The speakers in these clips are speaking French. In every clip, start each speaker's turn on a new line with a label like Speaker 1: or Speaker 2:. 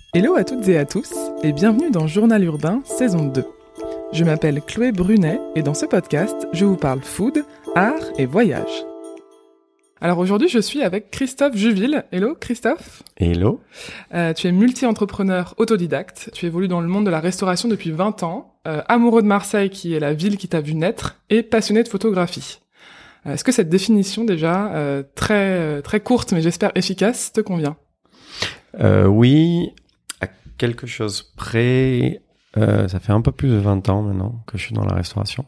Speaker 1: Hello à toutes et à tous, et bienvenue dans Journal Urbain, saison 2. Je m'appelle Chloé Brunet, et dans ce podcast, je vous parle food, art et voyage. Alors aujourd'hui, je suis avec Christophe Juville. Hello Christophe.
Speaker 2: Hello.
Speaker 1: Tu es multi-entrepreneur autodidacte, tu évolues dans le monde de la restauration depuis 20 ans, amoureux de Marseille qui est la ville qui t'a vu naître, et passionné de photographie. Est-ce que cette définition déjà, très courte mais j'espère efficace, te convient ?
Speaker 2: Oui, à quelque chose près, ça fait un peu plus de 20 ans maintenant que je suis dans la restauration.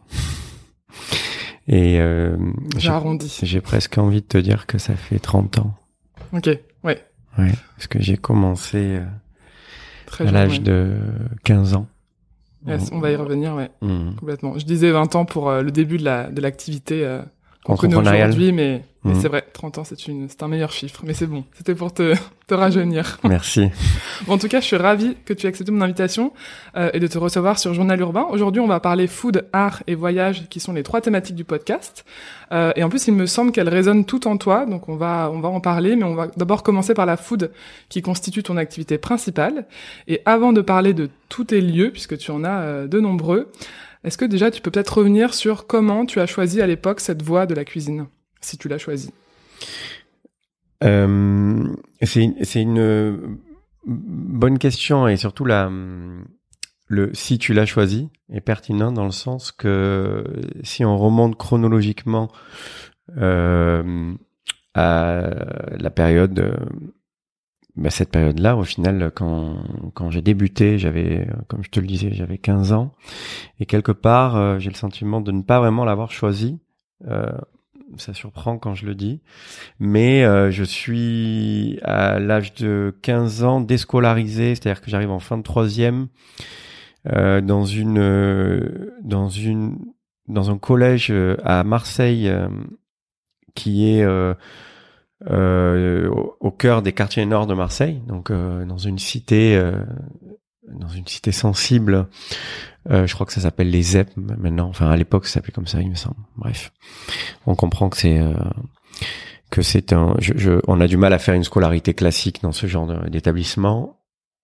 Speaker 2: Et j'ai presque envie de te dire que ça fait 30 ans.
Speaker 1: Ok, ouais.
Speaker 2: Ouais, parce que j'ai commencé
Speaker 1: Très
Speaker 2: à
Speaker 1: jeune,
Speaker 2: l'âge de 15 ans.
Speaker 1: Yes, on va y revenir, ouais, complètement. Je disais 20 ans pour le début de l'activité qu'on connaît aujourd'hui, mais c'est vrai, 30 ans, c'est un meilleur chiffre, mais c'est bon, c'était pour te rajeunir.
Speaker 2: Merci.
Speaker 1: Bon, en tout cas, je suis ravie que tu aies accepté mon invitation et de te recevoir sur Journal Urbain. Aujourd'hui, on va parler food, art et voyage, qui sont les 3 thématiques du podcast. Et en plus, il me semble qu'elles résonnent toutes en toi, donc on va en parler, mais on va d'abord commencer par la food, qui constitue ton activité principale. Et avant de parler de tous tes lieux, puisque tu en as de nombreux, est-ce que déjà tu peux peut-être revenir sur comment tu as choisi à l'époque cette voie de la cuisine, si tu l'as choisie?
Speaker 2: C'est une bonne question, et surtout si tu l'as choisi est pertinent dans le sens que si on remonte chronologiquement à la période, cette période-là, au final, quand j'ai débuté, comme je te le disais, j'avais 15 ans, et quelque part, j'ai le sentiment de ne pas vraiment l'avoir choisi. Ça surprend quand je le dis, mais je suis à l'âge de 15 ans déscolarisé, c'est-à-dire que j'arrive en fin de troisième dans un collège à Marseille qui est au cœur des quartiers nord de Marseille, donc dans une cité sensible. Je crois que ça s'appelle les ZEP maintenant. Enfin, à l'époque, ça s'appelait comme ça, il me semble. Bref, on comprend que on a du mal à faire une scolarité classique dans ce genre d'établissement.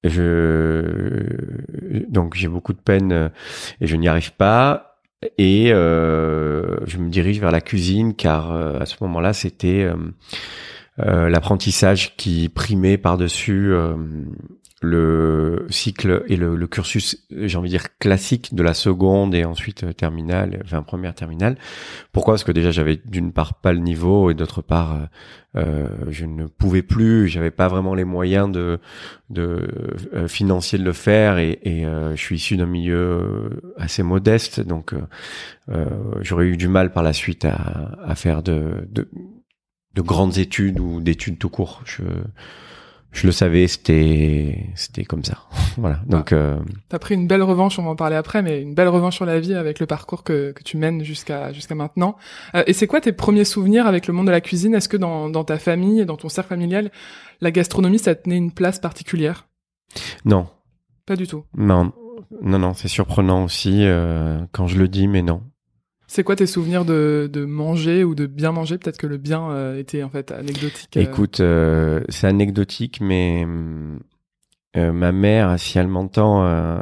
Speaker 2: Donc j'ai beaucoup de peine et je n'y arrive pas. Et je me dirige vers la cuisine car à ce moment-là, c'était l'apprentissage qui primait par-dessus le cycle et le cursus, j'ai envie de dire classique, de la seconde et ensuite première terminale. Pourquoi? Parce que déjà j'avais d'une part pas le niveau et d'autre part je ne pouvais plus, j'avais pas vraiment les moyens de financiers de le faire, et je suis issu d'un milieu assez modeste, donc j'aurais eu du mal par la suite à faire de grandes études ou d'études tout court. Je le savais, c'était comme ça. Voilà. Donc
Speaker 1: t'as pris une belle revanche, on va en parler après, mais une belle revanche sur la vie avec le parcours que tu mènes jusqu'à maintenant. Et c'est quoi tes premiers souvenirs avec le monde de la cuisine? Est-ce que dans ta famille et dans ton cercle familial, la gastronomie, ça tenait une place particulière?
Speaker 2: Non.
Speaker 1: Pas du tout.
Speaker 2: Non, c'est surprenant aussi quand je le dis, mais non.
Speaker 1: C'est quoi tes souvenirs de manger ou de bien manger? Peut-être que le bien était en fait anecdotique.
Speaker 2: Écoute, c'est anecdotique, mais ma mère, si elle m'entend,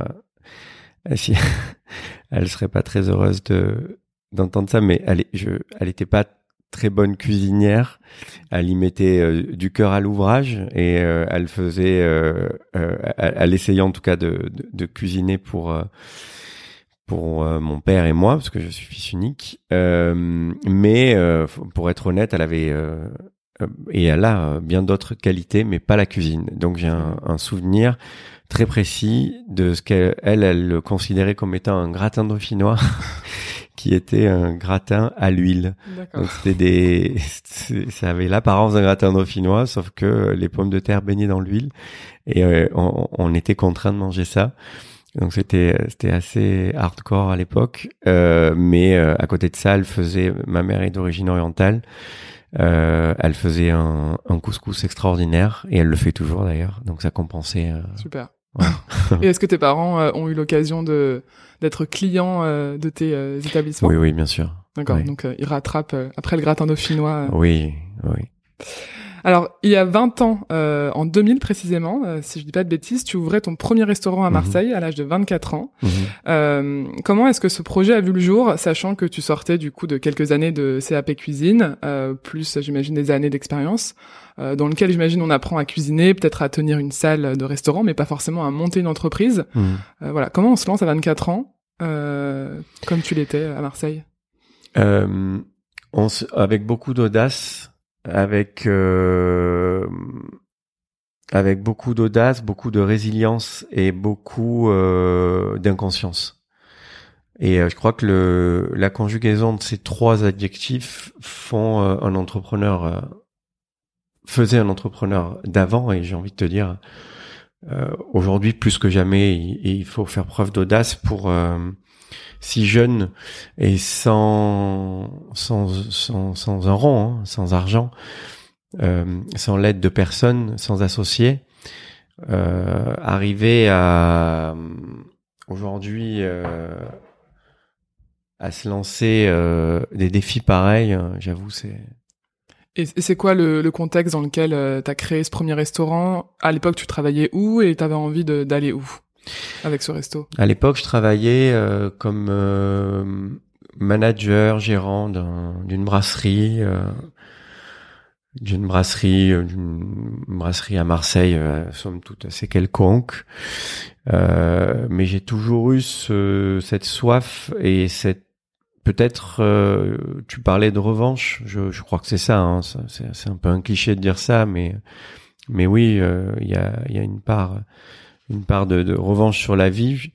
Speaker 2: elle serait pas très heureuse d'entendre ça, mais elle était pas très bonne cuisinière. Elle y mettait du cœur à l'ouvrage, et elle faisait, elle essayait en tout cas de cuisiner pour mon père et moi, parce que je suis fils unique. Mais pour être honnête, elle avait et elle a bien d'autres qualités, mais pas la cuisine. Donc j'ai un souvenir très précis de ce qu'elle considérait comme étant un gratin dauphinois, qui était un gratin à l'huile.
Speaker 1: D'accord.
Speaker 2: Donc ça avait l'apparence d'un gratin dauphinois, sauf que les pommes de terre baignaient dans l'huile, et on était contraint de manger ça. Donc c'était assez hardcore à l'époque, mais à côté de ça, ma mère est d'origine orientale, elle faisait un couscous extraordinaire, et elle le fait toujours d'ailleurs, donc ça compensait.
Speaker 1: Super.
Speaker 2: Ouais.
Speaker 1: Et est-ce que tes parents ont eu l'occasion d'être clients de tes établissements?
Speaker 2: Oui, bien sûr.
Speaker 1: D'accord,
Speaker 2: oui.
Speaker 1: donc ils rattrapent après le gratin dauphinois.
Speaker 2: Oui.
Speaker 1: Alors, il y a 20 ans, en 2000 précisément, si je dis pas de bêtises, tu ouvrais ton premier restaurant à Marseille à l'âge de 24 ans. Comment est-ce que ce projet a vu le jour, sachant que tu sortais du coup de quelques années de CAP cuisine, plus j'imagine des années d'expérience, dans lequel j'imagine on apprend à cuisiner, peut-être à tenir une salle de restaurant, mais pas forcément à monter une entreprise. Voilà, comment on se lance à 24 ans, comme tu l'étais à Marseille?
Speaker 2: Avec beaucoup d'audace, avec beaucoup d'audace, beaucoup de résilience et beaucoup d'inconscience. Et je crois que la conjugaison de ces trois adjectifs font un entrepreneur, faisait un entrepreneur d'avant, et j'ai envie de te dire, aujourd'hui plus que jamais, il faut faire preuve d'audace pour si jeune et sans un rond, sans argent, sans l'aide de personne, sans associés, arriver à aujourd'hui à se lancer des défis pareils, j'avoue, c'est...
Speaker 1: Et c'est quoi le contexte dans lequel t'as créé ce premier restaurant? À l'époque, tu travaillais où et t'avais envie d'aller où avec ce resto?
Speaker 2: À l'époque, je travaillais comme manager, gérant d'une brasserie à Marseille, somme toute assez quelconque. Mais j'ai toujours eu cette soif et peut-être, tu parlais de revanche. Je crois que c'est ça. Hein, c'est un peu un cliché de dire ça, mais oui, il y a une part de revanche sur la vie.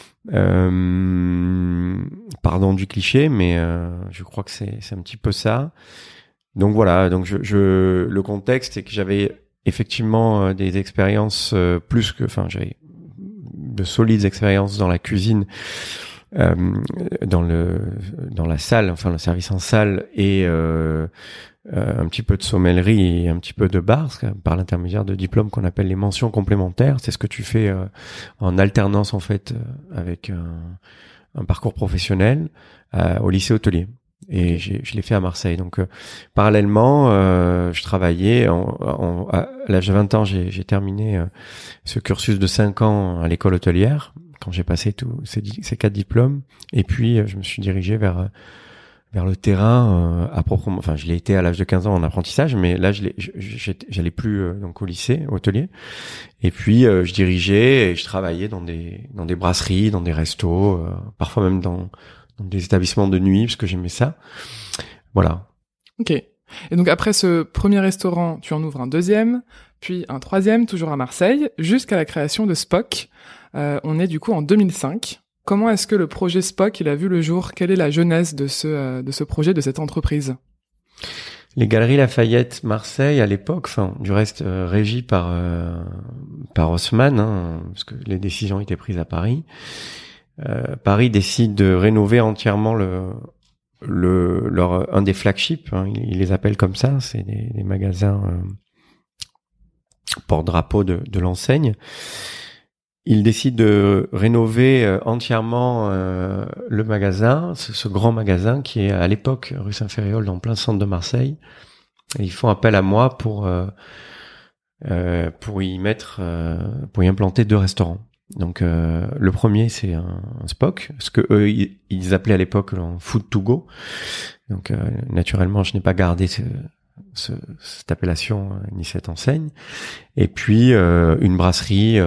Speaker 2: Pardon du cliché, mais je crois que c'est un petit peu ça. Donc voilà. Donc le contexte, c'est que j'avais effectivement des expériences j'avais de solides expériences dans la cuisine. Dans la salle, enfin le service en salle, et un petit peu de sommellerie et un petit peu de bar, par l'intermédiaire de diplômes qu'on appelle les mentions complémentaires. C'est ce que tu fais en alternance en fait avec un parcours professionnel au lycée hôtelier. Et je l'ai fait à Marseille. Donc parallèlement, je travaillais à l'âge de 20 ans, j'ai terminé ce cursus de 5 ans à l'école hôtelière quand j'ai passé tous ces 4 diplômes. Et puis je me suis dirigé vers le terrain à proprement. Enfin, je l'ai été à l'âge de 15 ans en apprentissage, mais là j'allais plus donc au lycée hôtelier. Et puis je dirigeais et je travaillais dans des brasseries, dans des restos, parfois même dans des établissements de nuit, parce que j'aimais ça. Voilà.
Speaker 1: Ok. Et donc après ce premier restaurant, tu en ouvres un deuxième, puis un troisième, toujours à Marseille, jusqu'à la création de Spock. On est du coup en 2005. Comment est-ce que le projet Spock, il a vu le jour? Quelle est la genèse de ce projet, de cette entreprise?
Speaker 2: Les Galeries Lafayette Marseille, à l'époque, du reste régie par Haussmann, hein, parce que les décisions étaient prises à Paris. Paris décide de rénover entièrement un des flagships, hein, ils les appellent comme ça, c'est des magasins porte-drapeau de l'enseigne. Ils décident de rénover entièrement le magasin, ce grand magasin qui est à l'époque rue Saint-Ferréol, en plein centre de Marseille. Et ils font appel à moi pour y implanter 2 restaurants. Donc le premier, c'est un Spock, ce que eux ils appelaient à l'époque un food to go. Donc naturellement, je n'ai pas gardé cette appellation ni cette enseigne. Et puis une brasserie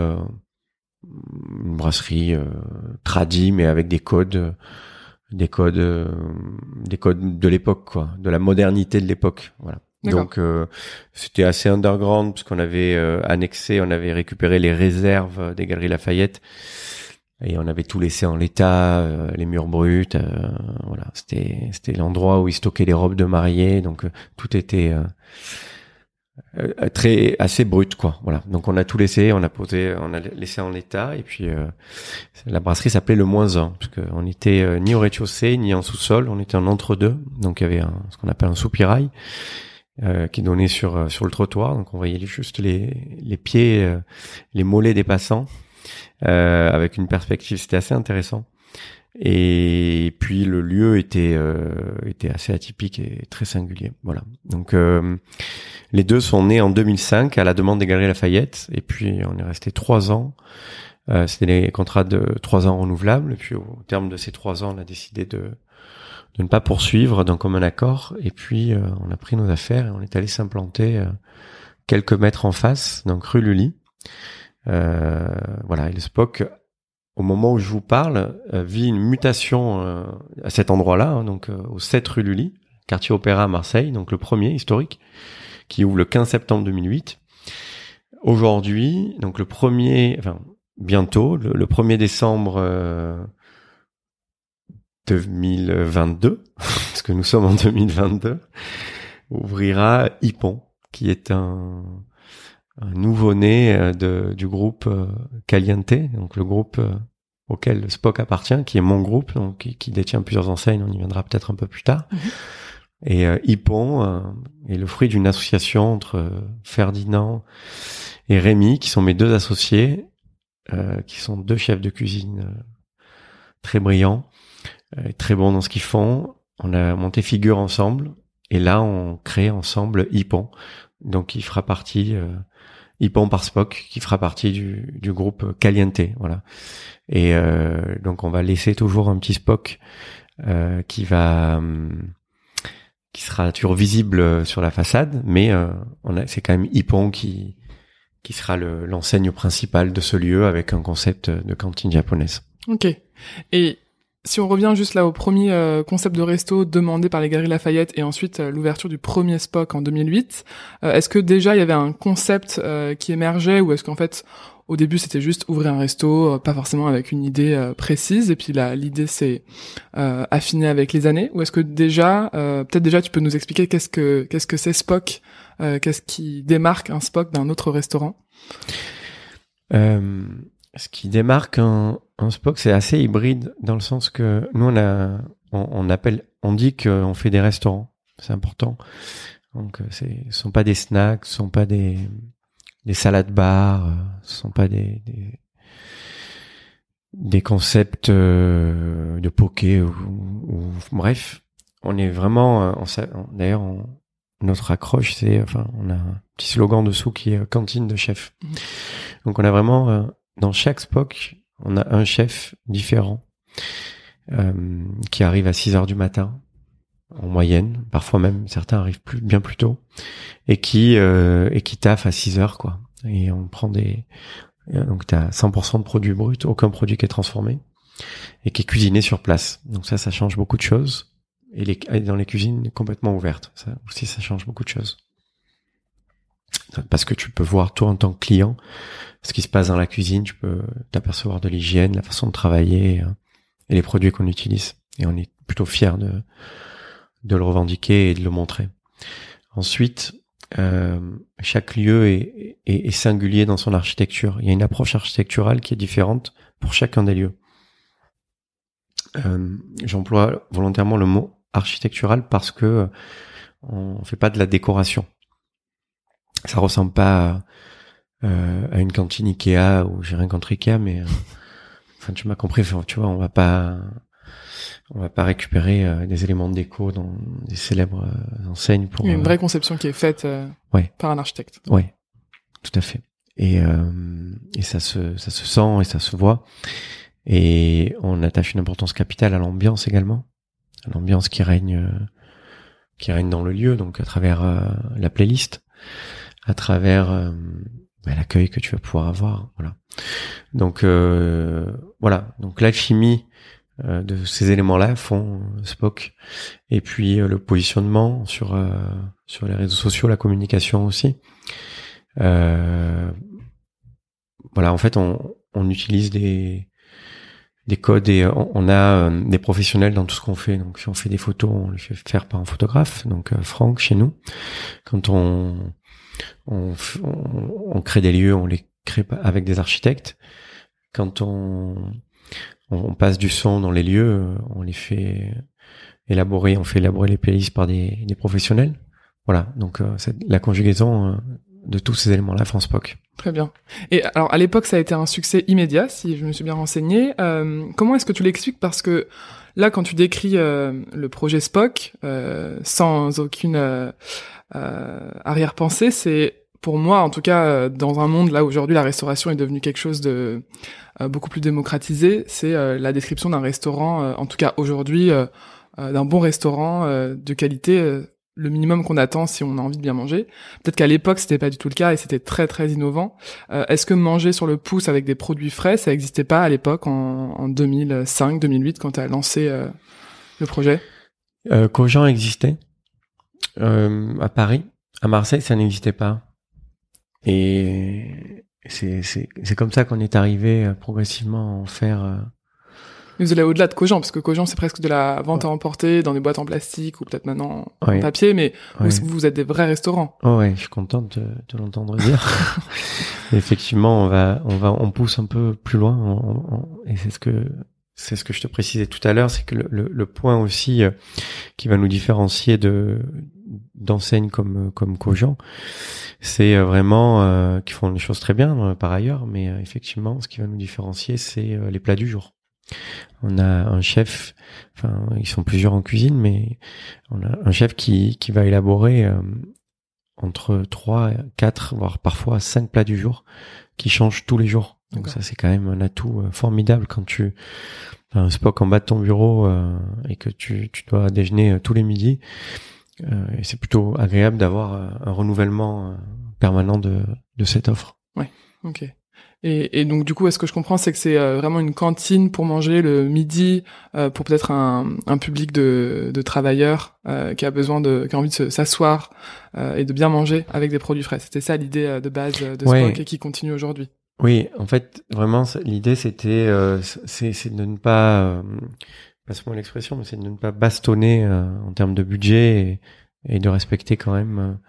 Speaker 2: tradie, mais avec des codes de l'époque, quoi, de la modernité de l'époque. Voilà.
Speaker 1: D'accord.
Speaker 2: Donc c'était assez underground parce qu'on avait on avait récupéré les réserves des Galeries Lafayette et on avait tout laissé en l'état, les murs bruts, voilà, c'était l'endroit où ils stockaient les robes de mariée, donc tout était assez brut, quoi. Voilà. Donc on a tout laissé, on a laissé en l'état, et puis la brasserie s'appelait le -1 parce que on était ni au rez-de-chaussée ni en sous-sol, on était en entre-deux. Donc il y avait ce qu'on appelle un soupirail qui donnait sur le trottoir, donc on voyait juste les pieds, les mollets des passants avec une perspective. C'était assez intéressant. Et puis le lieu était assez atypique et très singulier. Voilà. Donc les deux sont nés en 2005 à la demande des Galeries Lafayette. Et puis on est resté 3 ans. C'était des contrats de 3 ans renouvelables. Et puis au terme de ces 3 ans, on a décidé de ne pas poursuivre d'un commun accord. Et puis on a pris nos affaires et on est allé s'implanter quelques mètres en face, donc rue Lully. Voilà. Et le Spock, au moment où je vous parle, vit une mutation à cet endroit-là, hein, donc au 7 rue Lully, quartier Opéra à Marseille, donc le premier historique, qui ouvre le 15 septembre 2008. Aujourd'hui, donc bientôt, le 1er décembre 2022, parce que nous sommes en 2022, ouvrira Hippon, qui est un nouveau-né du groupe Caliente, donc le groupe auquel le Spock appartient, qui est mon groupe, donc qui détient plusieurs enseignes, on y viendra peut-être un peu plus tard. Et Hippon est le fruit d'une association entre Ferdinand et Rémi, qui sont mes 2 associés, qui sont 2 chefs de cuisine très brillants, très bons dans ce qu'ils font. On a monté figure ensemble, et là on crée ensemble Hippon, donc il fera partie Hippon par Spock, qui fera partie du groupe Caliente, voilà. Et donc on va laisser toujours un petit Spock qui sera toujours visible sur la façade, mais c'est quand même Hippon qui sera l'enseigne principale de ce lieu, avec un concept de cantine japonaise.
Speaker 1: Ok. Et si on revient juste là au premier concept de resto demandé par les Galeries Lafayette et ensuite l'ouverture du premier Spock en 2008, est-ce que déjà il y avait un concept qui émergeait, ou est-ce qu'en fait au début c'était juste ouvrir un resto, pas forcément avec une idée précise, et puis l'idée s'est affinée avec les années, ou est-ce que déjà peut-être déjà tu peux nous expliquer qu'est-ce que c'est Spock, qu'est-ce qui démarque un Spock d'un autre restaurant?
Speaker 2: Ce qui démarque un Spock, c'est assez hybride, dans le sens que nous on dit qu'on fait des restaurants, c'est important. Donc ce sont pas des snacks, ce sont pas des salades bars, ce sont pas des concepts de poké ou bref, on est vraiment d'ailleurs notre accroche, on a un petit slogan dessous qui est cantine de chef. Donc on a vraiment dans chaque Spock, on a un chef différent qui arrive à 6 heures du matin en moyenne, parfois même certains arrivent bien plus tôt, et qui taffe à 6 heures, quoi. Et on prend donc t'as 100% de produits bruts, aucun produit qui est transformé, et qui est cuisiné sur place. Donc ça change beaucoup de choses. Et dans les cuisines complètement ouvertes, ça aussi, ça change beaucoup de choses. Parce que tu peux voir, toi, en tant que client, ce qui se passe dans la cuisine, tu peux t'apercevoir de l'hygiène, la façon de travailler, et les produits qu'on utilise. Et on est plutôt fiers de le revendiquer et de le montrer. Ensuite, chaque lieu est singulier dans son architecture. Il y a une approche architecturale qui est différente pour chacun des lieux. J'emploie volontairement le mot architectural parce que on fait pas de la décoration. Ça ressemble pas à une cantine Ikea, ou j'ai rien contre Ikea, mais tu m'as compris. Tu vois, on va pas récupérer des éléments de déco dans des célèbres enseignes pour
Speaker 1: une vraie conception qui est faite par un architecte.
Speaker 2: Ouais, tout à fait. Et ça se sent et ça se voit. Et on attache une importance capitale à l'ambiance également, à l'ambiance qui règne dans le lieu, donc à travers la playlist, à travers l'accueil que tu vas pouvoir avoir, voilà. Donc voilà, donc l'alchimie de ces éléments-là font Spock, et puis le positionnement sur les réseaux sociaux, la communication aussi. Voilà, en fait, on utilise des codes, et on a des professionnels dans tout ce qu'on fait. Donc si on fait des photos, on les fait faire par un photographe, donc Franck chez nous. Quand on crée des lieux, on les crée avec des architectes. Quand on passe du son dans les lieux, on les fait élaborer les playlists par des professionnels. Voilà, donc la conjugaison de tous ces éléments-là font Spock.
Speaker 1: Très bien. Et alors, à l'époque, ça a été un succès immédiat, si je me suis bien renseigné. Comment est-ce que tu l'expliques? Parce que là, quand tu décris le projet Spock, sans aucune arrière-pensée, c'est, pour moi, en tout cas, dans un monde là aujourd'hui, la restauration est devenue quelque chose de beaucoup plus démocratisé. C'est la description d'un restaurant, en tout cas aujourd'hui, d'un bon restaurant de qualité. Le minimum qu'on attend si on a envie de bien manger. Peut-être qu'à l'époque, c'était pas du tout le cas et c'était très très innovant. Est-ce que manger sur le pouce avec des produits frais, ça existait pas à l'époque en 2005, 2008 quand tu as lancé le projet?
Speaker 2: Cogent existait à Paris, à Marseille, ça n'existait pas. Et c'est comme ça qu'on est arrivé progressivement à en faire.
Speaker 1: Vous allez au-delà de Cogent, parce que Cogent, c'est presque de la vente à emporter dans des boîtes en plastique ou peut-être maintenant en papier, mais vous êtes des vrais restaurants.
Speaker 2: Oh ouais, je suis content de l'entendre dire. Effectivement, on pousse un peu plus loin, et c'est ce que je te précisais tout à l'heure, c'est que le point aussi qui va nous différencier d'enseignes comme Cogent, c'est vraiment qui font les choses très bien par ailleurs, mais effectivement, ce qui va nous différencier, c'est les plats du jour. On a un chef, enfin ils sont plusieurs en cuisine, mais on a un chef qui va élaborer entre 3, 4, voire parfois 5 plats du jour qui changent tous les jours. Donc D'accord. Ça c'est quand même un atout formidable quand tu as un Spock en bas de ton bureau et que tu dois déjeuner tous les midis. Et c'est plutôt agréable d'avoir un renouvellement permanent de cette offre.
Speaker 1: Ouais, ok. Et donc du coup, est-ce que je comprends, c'est que c'est vraiment une cantine pour manger le midi pour peut-être un public de travailleurs qui a envie de s'asseoir et de bien manger avec des produits frais. C'était ça l'idée de base de Spock et qui continue aujourd'hui.
Speaker 2: Oui, en fait, vraiment, l'idée c'était c'est de ne pas passe-moi l'expression, mais c'est de ne pas bastonner en termes de budget et de respecter quand même.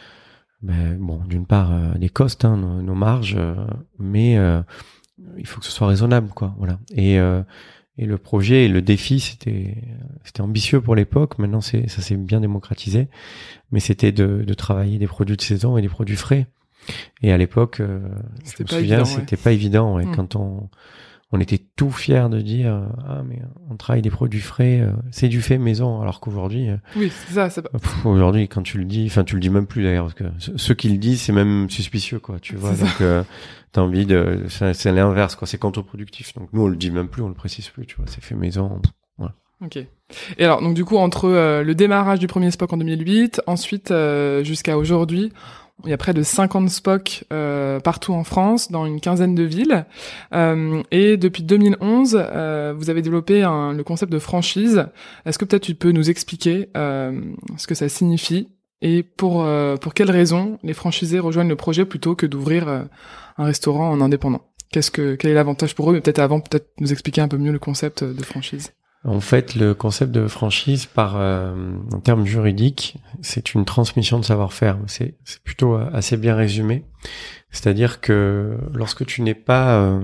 Speaker 2: Bon, d'une part les costs, nos marges, mais il faut que ce soit raisonnable, quoi. Voilà. Et le projet et le défi, c'était ambitieux pour l'époque. Maintenant, ça s'est bien démocratisé, mais c'était de travailler des produits de saison et des produits frais. Et à l'époque, je me souviens, c'était pas évident. Ouais. Quand on était tout fiers de dire mais on travaille des produits frais, c'est du fait maison, alors qu'aujourd'hui
Speaker 1: oui, c'est ça,
Speaker 2: aujourd'hui quand tu le dis, enfin tu le dis même plus d'ailleurs, parce que ceux qui le disent c'est même suspicieux, quoi, tu vois. Donc t'as envie c'est l'inverse, quoi, c'est contre-productif. Donc nous on le dit même plus, on le précise plus, tu vois, c'est fait maison. Voilà.
Speaker 1: Ok. Et alors donc du coup entre le démarrage du premier Spock en 2008, ensuite jusqu'à aujourd'hui, il y a près de 50 Spock partout en France, dans une quinzaine de villes. Et depuis 2011, vous avez développé le concept de franchise. Est-ce que peut-être tu peux nous expliquer ce que ça signifie et pour quelles raisons les franchisés rejoignent le projet plutôt que d'ouvrir un restaurant en indépendant? Quel est l'avantage pour eux? Mais peut-être nous expliquer un peu mieux le concept de franchise.
Speaker 2: En fait, le concept de franchise, en termes juridiques, c'est une transmission de savoir-faire. C'est plutôt assez bien résumé. C'est-à-dire que lorsque tu n'es pas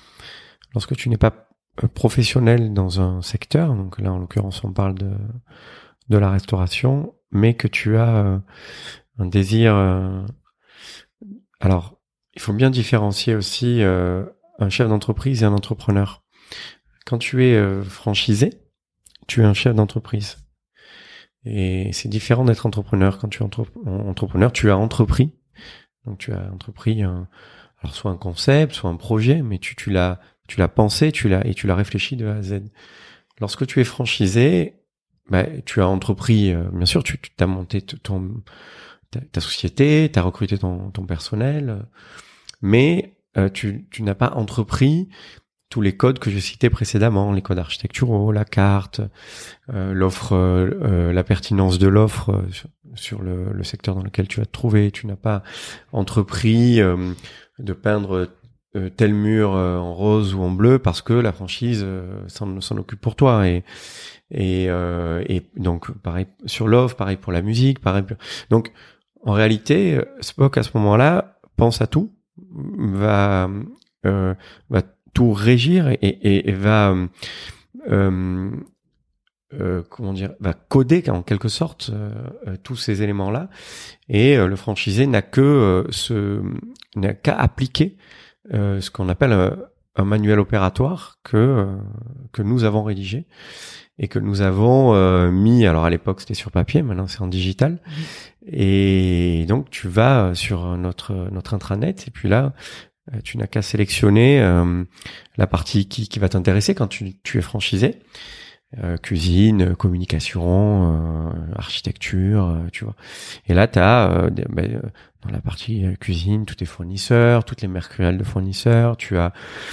Speaker 2: professionnel dans un secteur, donc là en l'occurrence on parle de la restauration, mais que tu as un désir. Alors, il faut bien différencier aussi un chef d'entreprise et un entrepreneur. Quand tu es franchisé, tu es un chef d'entreprise. Et c'est différent d'être entrepreneur. Quand tu es entrepreneur, tu as entrepris. Donc tu as entrepris alors soit un concept, soit un projet, mais tu l'as pensé, tu l'as réfléchi de A à Z. Lorsque tu es franchisé, tu as entrepris, bien sûr, tu t'as monté ta société, tu as recruté ton personnel, mais tu n'as pas entrepris tous les codes que je citais précédemment, les codes architecturaux, la carte, l'offre, la pertinence de l'offre sur le secteur dans lequel tu vas te trouver. Tu n'as pas entrepris de peindre tel mur en rose ou en bleu parce que la franchise s'en occupe pour toi. Et donc pareil sur l'offre, pareil pour la musique, pareil. Donc en réalité, Spock à ce moment-là pense à tout, va tout régir et va va coder en quelque sorte tous ces éléments-là, et le franchisé n'a qu'à appliquer ce qu'on appelle un manuel opératoire que nous avons rédigé et que nous avons mis. Alors à l'époque c'était sur papier, maintenant c'est en digital. Et donc tu vas sur notre intranet, et puis là tu n'as qu'à sélectionner la partie qui va t'intéresser quand tu es franchisé. Cuisine, communication, architecture, tu vois. Et là, tu as dans la partie cuisine, tous tes fournisseurs, toutes les mercuriales de fournisseurs. Tu as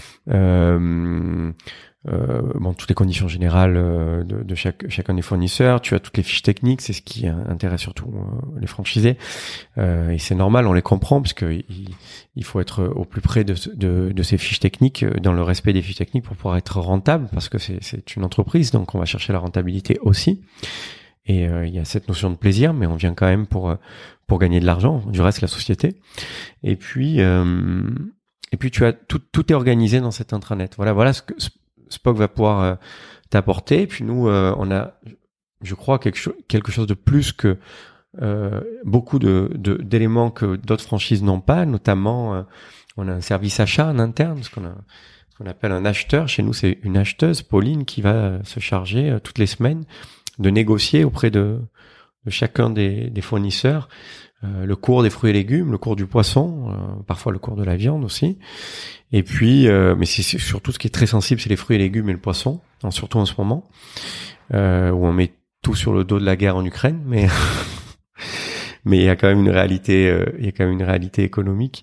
Speaker 2: toutes les conditions générales de chacun des fournisseurs. Tu as toutes les fiches techniques, c'est ce qui intéresse surtout les franchisés. Et c'est normal, on les comprend, parce que il faut être au plus près de ces fiches techniques, dans le respect des fiches techniques, pour pouvoir être rentable, parce que c'est une entreprise, donc on va chercher la rentabilité aussi. Et il y a cette notion de plaisir, mais on vient quand même pour gagner de l'argent, du reste la société. Et puis tu as tout est organisé dans cet intranet. Voilà ce que Spock va pouvoir t'apporter. Et puis nous, on a, je crois, quelque chose de plus que beaucoup d'éléments que d'autres franchises n'ont pas. Notamment, on a un service achat en interne, ce qu'on appelle un acheteur. Chez nous, c'est une acheteuse, Pauline, qui va se charger toutes les semaines de négocier auprès de chacun des fournisseurs le cours des fruits et légumes, le cours du poisson, parfois le cours de la viande aussi. Et puis, mais c'est surtout ce qui est très sensible, c'est les fruits et légumes et le poisson, surtout en ce moment, où on met tout sur le dos de la guerre en Ukraine, mais mais il y a quand même une réalité, économique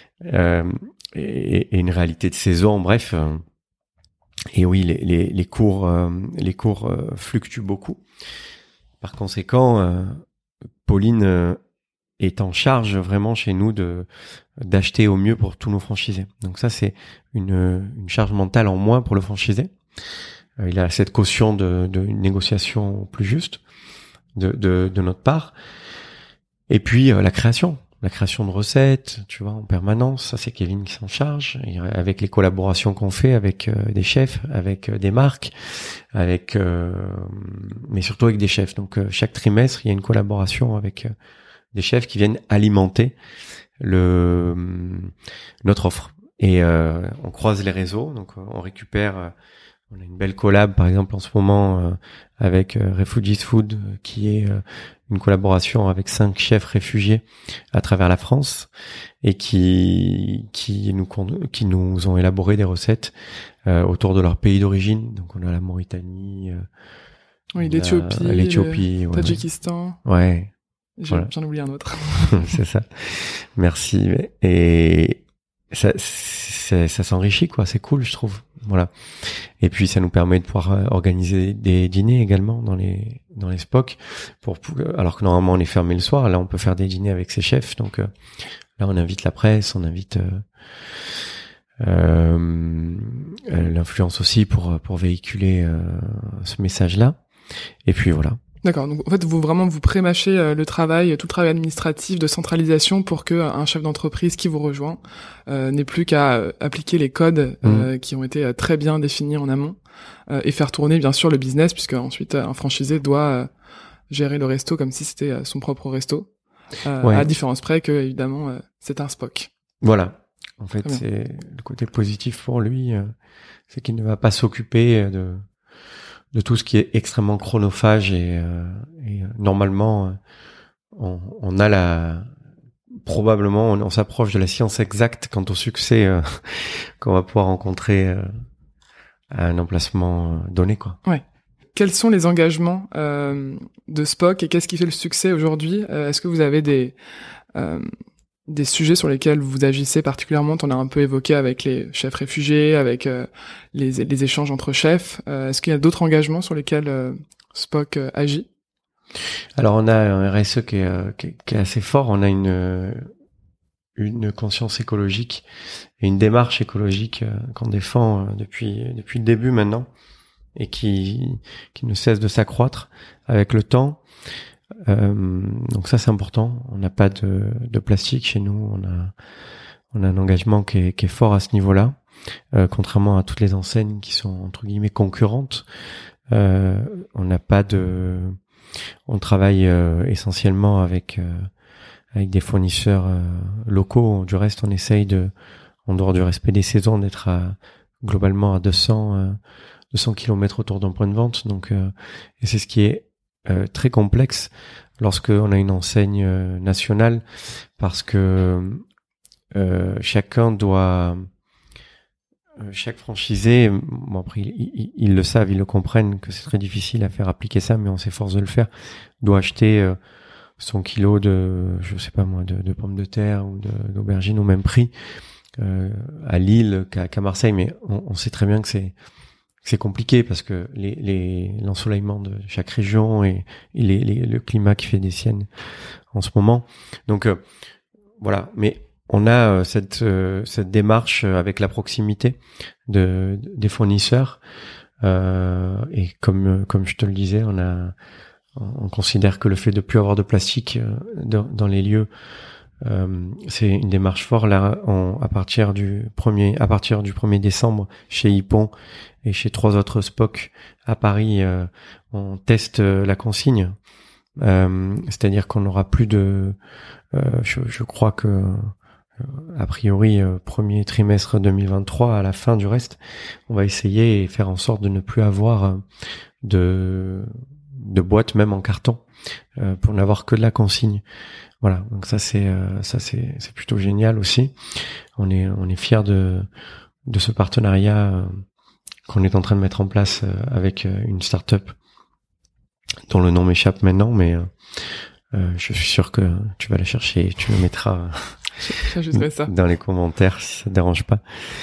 Speaker 2: et une réalité de saison. Bref, et oui, les cours fluctuent beaucoup. Par conséquent, Pauline est en charge vraiment chez nous d'acheter au mieux pour tous nos franchisés. Donc ça, c'est une charge mentale en moins pour le franchisé. Il a cette caution de une négociation plus juste de notre part. Et puis la création de recettes, tu vois, en permanence. Ça, c'est Kevin qui s'en charge. Et avec les collaborations qu'on fait avec des chefs, avec des marques, mais surtout avec des chefs. Donc chaque trimestre, il y a une collaboration avec des chefs qui viennent alimenter notre offre. Et on croise les réseaux, donc on récupère. On a une belle collab, par exemple, en ce moment avec Refugees Food, qui est une collaboration avec 5 chefs réfugiés à travers la France, et qui nous ont élaboré des recettes autour de leur pays d'origine. Donc on a la Mauritanie, l'Éthiopie,
Speaker 1: le Tadjikistan.
Speaker 2: Ouais.
Speaker 1: J'en oublie un autre.
Speaker 2: C'est ça. Merci. Et ça s'enrichit, quoi. C'est cool, je trouve. Voilà. Et puis ça nous permet de pouvoir organiser des dîners également dans les Spock, alors que normalement on est fermé le soir. Là, on peut faire des dîners avec ces chefs. Donc là, on invite la presse, on invite l'influence aussi pour véhiculer ce message-là. Et puis voilà.
Speaker 1: D'accord. Donc en fait, vous prémâchez tout le travail administratif de centralisation pour que un chef d'entreprise qui vous rejoint n'ait plus qu'à appliquer les codes qui ont été très bien définis en amont et faire tourner bien sûr le business, puisque ensuite un franchisé doit gérer le resto comme si c'était son propre resto, à différence près que évidemment c'est un Spock.
Speaker 2: Voilà. En fait, c'est le côté positif pour lui, c'est qu'il ne va pas s'occuper de tout ce qui est extrêmement chronophage et normalement on a probablement on s'approche de la science exacte quant au succès qu'on va pouvoir rencontrer à un emplacement donné, quoi.
Speaker 1: Ouais. Quels sont les engagements de Spock et qu'est-ce qui fait le succès aujourd'hui? Est-ce que vous avez des sujets sur lesquels vous agissez particulièrement? On a un peu évoqué avec les chefs réfugiés, avec les échanges entre chefs. Est-ce qu'il y a d'autres engagements sur lesquels Spock agit?
Speaker 2: Alors on a un RSE qui est assez fort. On a une conscience écologique et une démarche écologique qu'on défend depuis le début maintenant, et qui ne cesse de s'accroître avec le temps. Donc ça, c'est important. On n'a pas de plastique chez nous. On a un engagement qui est fort à ce niveau-là, contrairement à toutes les enseignes qui sont entre guillemets concurrentes. On n'a pas de, on travaille essentiellement avec des fournisseurs locaux. Du reste, on essaye en dehors du respect des saisons, d'être globalement à 200 kilomètres autour d'un point de vente. Donc, et c'est ce qui est très complexe lorsqu'on a une enseigne nationale, parce que chaque franchisé, bon après ils le savent, ils le comprennent que c'est très difficile à faire appliquer ça, mais on s'efforce de le faire, doit acheter son kilo de, je sais pas moi, de pommes de terre ou d'aubergines au même prix à Lille qu'à Marseille, mais on sait très bien que c'est compliqué parce que l'ensoleillement de chaque région et le climat qui fait des siennes en ce moment. Donc voilà, mais on a cette démarche avec la proximité des fournisseurs et comme je te le disais, on considère que le fait de plus avoir de plastique dans les lieux, c'est une démarche forte. Là, à partir du 1er décembre, chez Hippon et chez 3 autres SPOC à Paris, on teste la consigne. C'est-à-dire qu'on n'aura plus de... je crois que a priori premier trimestre 2023, à la fin du reste, on va essayer et faire en sorte de ne plus avoir de boîtes même en carton, pour n'avoir que de la consigne. Voilà, donc ça c'est plutôt génial aussi. On est fiers de ce partenariat qu'on est en train de mettre en place avec une start-up dont le nom m'échappe maintenant, mais je suis sûr que tu vas la chercher et tu le mettras dans les commentaires si ça te dérange pas.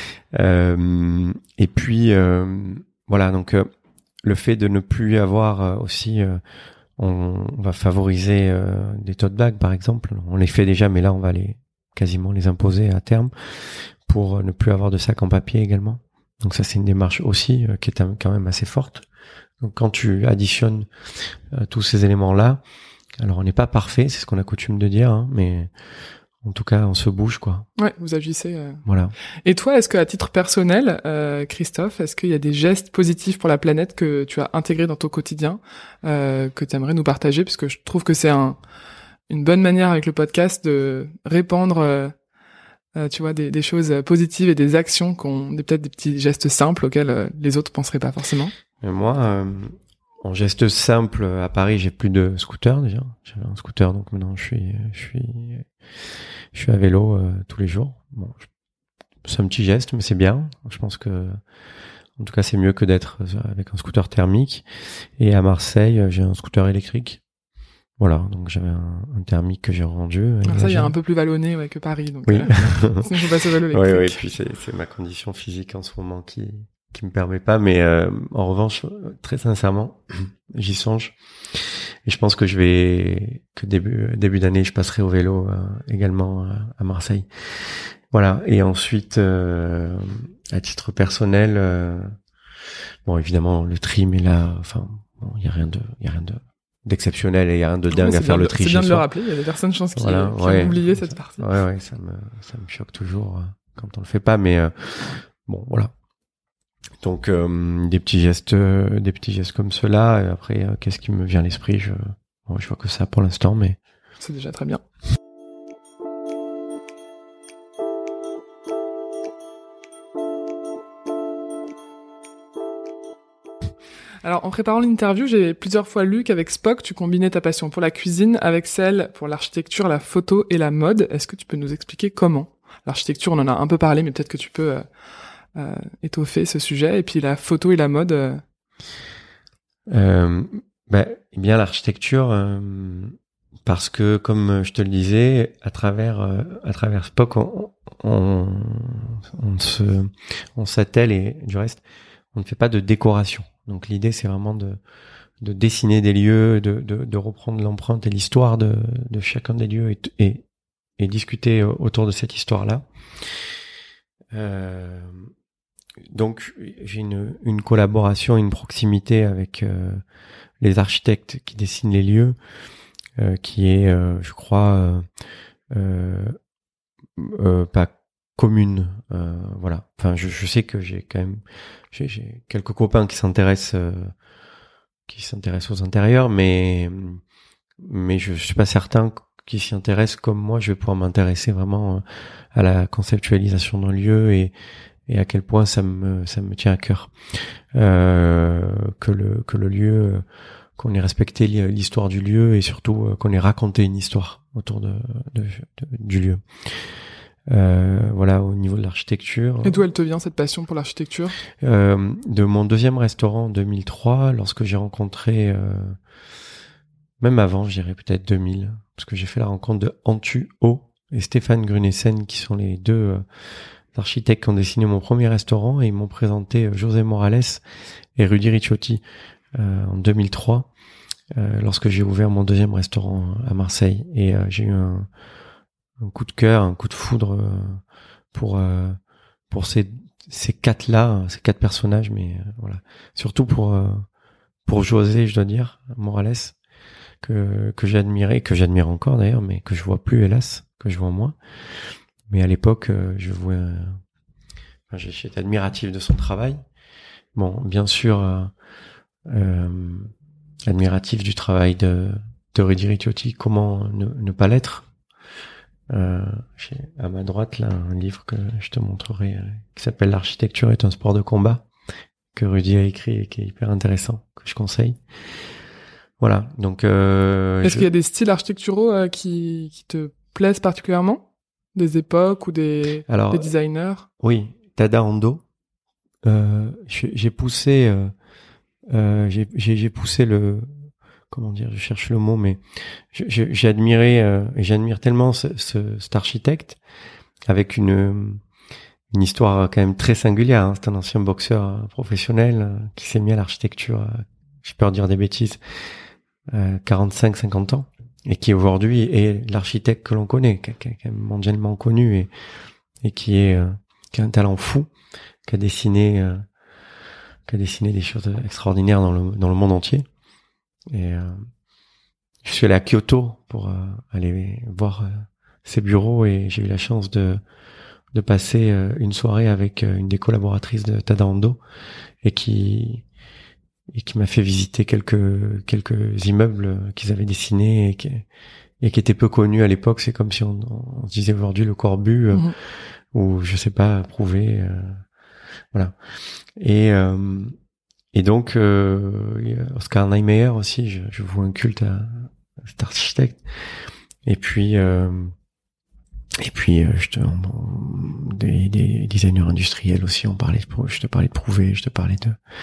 Speaker 2: Et puis voilà, donc le fait de ne plus avoir aussi, on va favoriser des tote bags par exemple. On les fait déjà, mais là on va quasiment les imposer à terme pour ne plus avoir de sacs en papier également. Donc ça c'est une démarche aussi qui est quand même assez forte. Donc quand tu additionnes tous ces éléments-là, alors on n'est pas parfait, c'est ce qu'on a coutume de dire, hein, mais en tout cas on se bouge quoi.
Speaker 1: Ouais, vous agissez.
Speaker 2: Voilà.
Speaker 1: Et toi, est-ce qu'à titre personnel, Christophe, est-ce qu'il y a des gestes positifs pour la planète que tu as intégrés dans ton quotidien, que tu aimerais nous partager, parce que je trouve que c'est une bonne manière avec le podcast de répandre tu vois, des choses positives et des actions peut-être des petits gestes simples auxquels les autres penseraient pas forcément.
Speaker 2: Et moi, en geste simple, à Paris, j'ai plus de scooter déjà. J'avais un scooter, donc maintenant je suis à vélo tous les jours. Bon, c'est un petit geste, mais c'est bien. Je pense que, en tout cas, c'est mieux que d'être avec un scooter thermique. Et à Marseille, j'ai un scooter électrique. Voilà, donc j'avais un thermique que j'ai rendu.
Speaker 1: Alors ça, il y a un peu plus vallonné que Paris, donc
Speaker 2: oui.
Speaker 1: Sinon je passe au vélo électrique.
Speaker 2: Oui, puis c'est ma condition physique en ce moment qui me permet pas, mais en revanche, très sincèrement, j'y songe. Et je pense que début d'année, je passerai au vélo également à Marseille. Voilà. Et ensuite, à titre personnel, bon, évidemment, le trim est là. Enfin, bon, il y a rien d'exceptionnel et il y a rien de dingue à faire le tri.
Speaker 1: C'est bien de le rappeler. Il y a des personnes, je pense, qui ont oublié cette partie.
Speaker 2: Ouais, ça me choque toujours quand on le fait pas, mais bon, voilà. Donc des petits gestes comme cela. Et après, qu'est-ce qui me vient à l'esprit? Je vois que ça pour l'instant, mais
Speaker 1: c'est déjà très bien. Alors, en préparant l'interview, j'ai plusieurs fois lu qu'avec Spock, tu combinais ta passion pour la cuisine avec celle pour l'architecture, la photo et la mode. Est-ce que tu peux nous expliquer comment? L'architecture, on en a un peu parlé, mais peut-être que tu peux étoffer ce sujet. Et puis la photo et la mode.
Speaker 2: Eh bien, l'architecture, parce que, comme je te le disais, à travers Spock, on s'attelle, et du reste, on ne fait pas de décoration. Donc l'idée, c'est vraiment de dessiner des lieux, de reprendre l'empreinte et l'histoire de chacun des lieux et discuter autour de cette histoire-là. Donc j'ai une collaboration, une proximité avec les architectes qui dessinent les lieux, qui est, je crois, pas commune. Voilà. Enfin, je sais que j'ai quelques copains qui s'intéressent s'intéressent aux intérieurs, mais je suis pas certain qu'ils s'y intéressent comme moi. Je vais pouvoir m'intéresser vraiment à la conceptualisation d'un lieu et à quel point ça me tient à cœur que le lieu, qu'on ait respecté l'histoire du lieu et surtout qu'on ait raconté une histoire autour du lieu. Voilà, au niveau de l'architecture.
Speaker 1: Et d'où elle te vient cette passion pour l'architecture?
Speaker 2: De mon deuxième restaurant en 2003, lorsque j'ai rencontré, même avant, je dirais peut-être 2000, parce que j'ai fait la rencontre de Antu O et Stéphane Grunessen, qui sont les deux architectes qui ont dessiné mon premier restaurant, et ils m'ont présenté José Morales et Rudy Ricciotti en 2003, lorsque j'ai ouvert mon deuxième restaurant à Marseille. Et j'ai eu un coup de cœur, un coup de foudre pour ces quatre-là, ces quatre personnages, mais voilà. Surtout pour José, je dois dire, Morales, que j'admirais, que j'admire encore d'ailleurs, mais que je vois plus, hélas, que je vois moins. Mais à l'époque, j'étais admiratif de son travail. Bon, bien sûr, admiratif du travail de Rudy Ricciotti. Comment ne pas l'être? J'ai à ma droite là un livre que je te montrerai qui s'appelle L'architecture est un sport de combat, que Rudy a écrit et qui est hyper intéressant, que je conseille. Voilà, donc
Speaker 1: est-ce qu'il y a des styles architecturaux qui te plaisent particulièrement? Des époques ou des designers?
Speaker 2: Oui, Tadahando. J'ai poussé le, comment dire, je cherche le mot, mais j'ai admiré et j'admire tellement cet architecte, avec une histoire quand même très singulière, hein. C'est un ancien boxeur professionnel qui s'est mis à l'architecture, j'ai peur de dire des bêtises, 45-50 ans, et qui aujourd'hui est l'architecte que l'on connaît, qui est mondialement connu et qui a un talent fou, qui a dessiné des choses extraordinaires dans le monde entier. Et je suis allé à Kyoto pour aller voir ses bureaux, et j'ai eu la chance de passer une soirée avec une des collaboratrices de Tadahando, et qui m'a fait visiter quelques immeubles qu'ils avaient dessinés et qui étaient peu connus à l'époque. C'est comme si on se disait aujourd'hui le Corbu, ou je sais pas, Prouvé, voilà. Et donc Oscar Niemeyer aussi, je vois un culte à cet architecte. Et puis des designers industriels aussi, je te parlais de Prouvé, je te parlais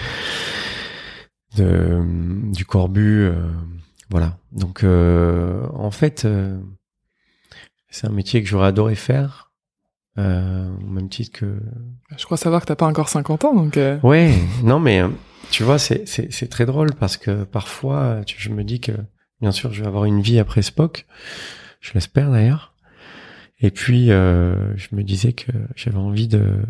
Speaker 2: du Corbu, voilà. Donc en fait c'est un métier que j'aurais adoré faire, au même titre que...
Speaker 1: Je crois savoir que t'as pas encore 50 ans, donc...
Speaker 2: Ouais, non mais tu vois, c'est très drôle, parce que parfois je me dis que bien sûr je vais avoir une vie après Spock, je l'espère d'ailleurs, et puis je me disais que j'avais envie de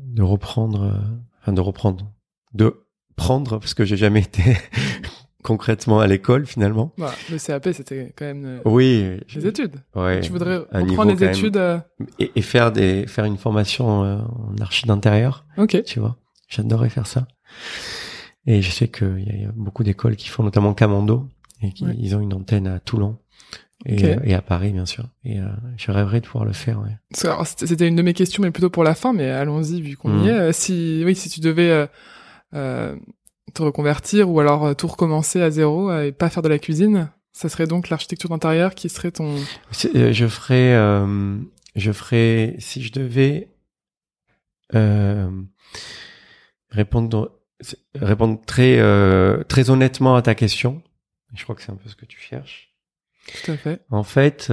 Speaker 2: prendre, parce que j'ai jamais été concrètement à l'école finalement.
Speaker 1: Bah, le CAP, c'était quand même des études.
Speaker 2: Ouais.
Speaker 1: Tu voudrais reprendre les études
Speaker 2: et faire une formation en archi d'intérieur.
Speaker 1: Ok.
Speaker 2: Tu vois, j'adorerais faire ça. Et je sais qu'il y a beaucoup d'écoles qui font, notamment Camando, et ils ont une antenne à Toulon et à Paris bien sûr. Et je rêverais de pouvoir le faire. Ouais.
Speaker 1: Alors, c'était une de mes questions, mais plutôt pour la fin. Mais allons-y, vu qu'on y est. Si tu devais te reconvertir ou alors tout recommencer à zéro et pas faire de la cuisine, ça serait donc l'architecture d'intérieur qui serait ton...
Speaker 2: Je ferais, si je devais répondre très honnêtement à ta question, je crois que c'est un peu ce que tu cherches.
Speaker 1: Tout à fait.
Speaker 2: En fait,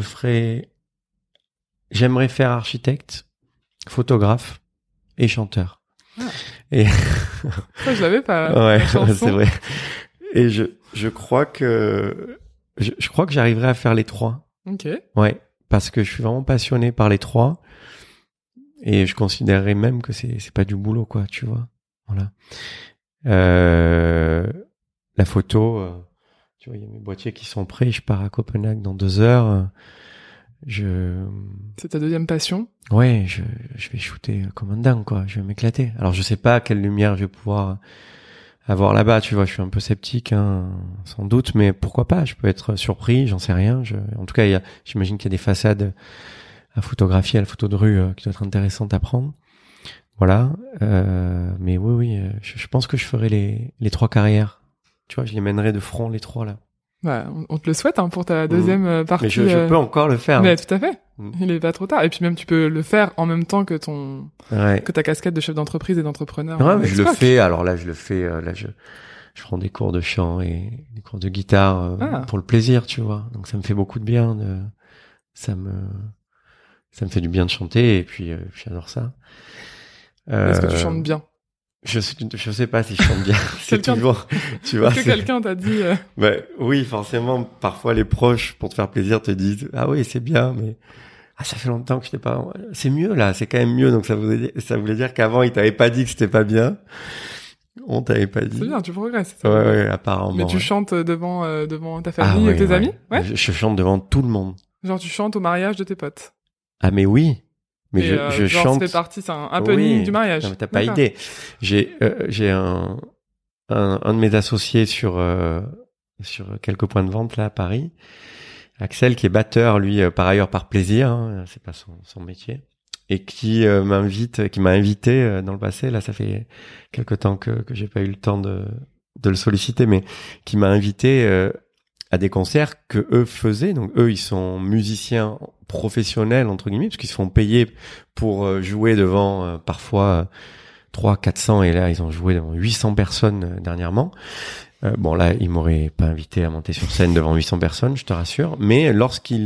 Speaker 2: j'aimerais faire architecte, photographe et chanteur.
Speaker 1: Ah.
Speaker 2: Et
Speaker 1: ça, je l'avais pas.
Speaker 2: Ouais, c'est vrai. Et je crois que j'arriverai à faire les trois.
Speaker 1: Ok.
Speaker 2: Ouais, parce que je suis vraiment passionné par les trois, et je considérerais même que c'est pas du boulot, quoi, tu vois. Voilà. La photo, tu vois, il y a mes boîtiers qui sont prêts. Je pars à Copenhague dans 2 heures.
Speaker 1: C'est ta deuxième passion?
Speaker 2: Ouais, je vais shooter comme un dingue, quoi. Je vais m'éclater. Alors, je sais pas à quelle lumière je vais pouvoir à voir là-bas, tu vois. Je suis un peu sceptique, hein, sans doute, mais pourquoi pas? Je peux être surpris, j'en sais rien. En tout cas, j'imagine qu'il y a des façades à photographier, à la photo de rue, qui doit être intéressante à prendre. Voilà. Mais oui, je pense que je ferai les 3 carrières. Tu vois, je les mènerai de front, les 3 là.
Speaker 1: Bah, on te le souhaite hein, pour ta deuxième partie.
Speaker 2: Mais je peux encore le faire.
Speaker 1: Mais tout à fait. Il est pas trop tard. Et puis même, tu peux le faire en même temps que que ta casquette de chef d'entreprise et d'entrepreneur.
Speaker 2: Ouais, mais je le fais. Alors là, je le fais. Là, je prends des cours de chant et des cours de guitare pour le plaisir, tu vois. Donc ça me fait beaucoup de bien. Ça me fait du bien de chanter et puis j'adore ça.
Speaker 1: Est-ce que tu chantes bien?
Speaker 2: Je sais pas si je chante bien. C'est toujours, tu vois.
Speaker 1: Est-ce que quelqu'un t'a dit
Speaker 2: oui, forcément. Parfois, les proches, pour te faire plaisir, te disent ah oui, c'est bien, mais ça fait longtemps que je t'ai pas. C'est mieux là, c'est quand même mieux. Donc ça voulait dire qu'avant, ils t'avaient pas dit que c'était pas bien. On t'avait pas dit.
Speaker 1: C'est bien, tu progresses.
Speaker 2: Ouais, apparemment.
Speaker 1: Mais tu chantes devant ta famille et tes amis? Ouais.
Speaker 2: Je chante devant tout le monde.
Speaker 1: Genre tu chantes au mariage de tes potes.
Speaker 2: Ah mais oui. Mais je
Speaker 1: genre,
Speaker 2: chante.
Speaker 1: Ça fait partie, c'est un happening du mariage.
Speaker 2: Non, mais t'as pas idée. J'ai un de mes associés sur quelques points de vente là à Paris, Axel, qui est batteur lui par ailleurs par plaisir, hein, c'est pas son métier, et qui m'a invité dans le passé. Là, ça fait quelque temps que j'ai pas eu le temps de le solliciter, mais qui m'a invité à des concerts que eux faisaient. Donc eux, ils sont musiciens professionnels entre guillemets, parce qu'ils se font payer pour jouer devant parfois 300-400, et là ils ont joué devant 800 personnes dernièrement. Bon là, ils m'auraient pas invité à monter sur scène devant 800 personnes, je te rassure, mais lorsqu'ils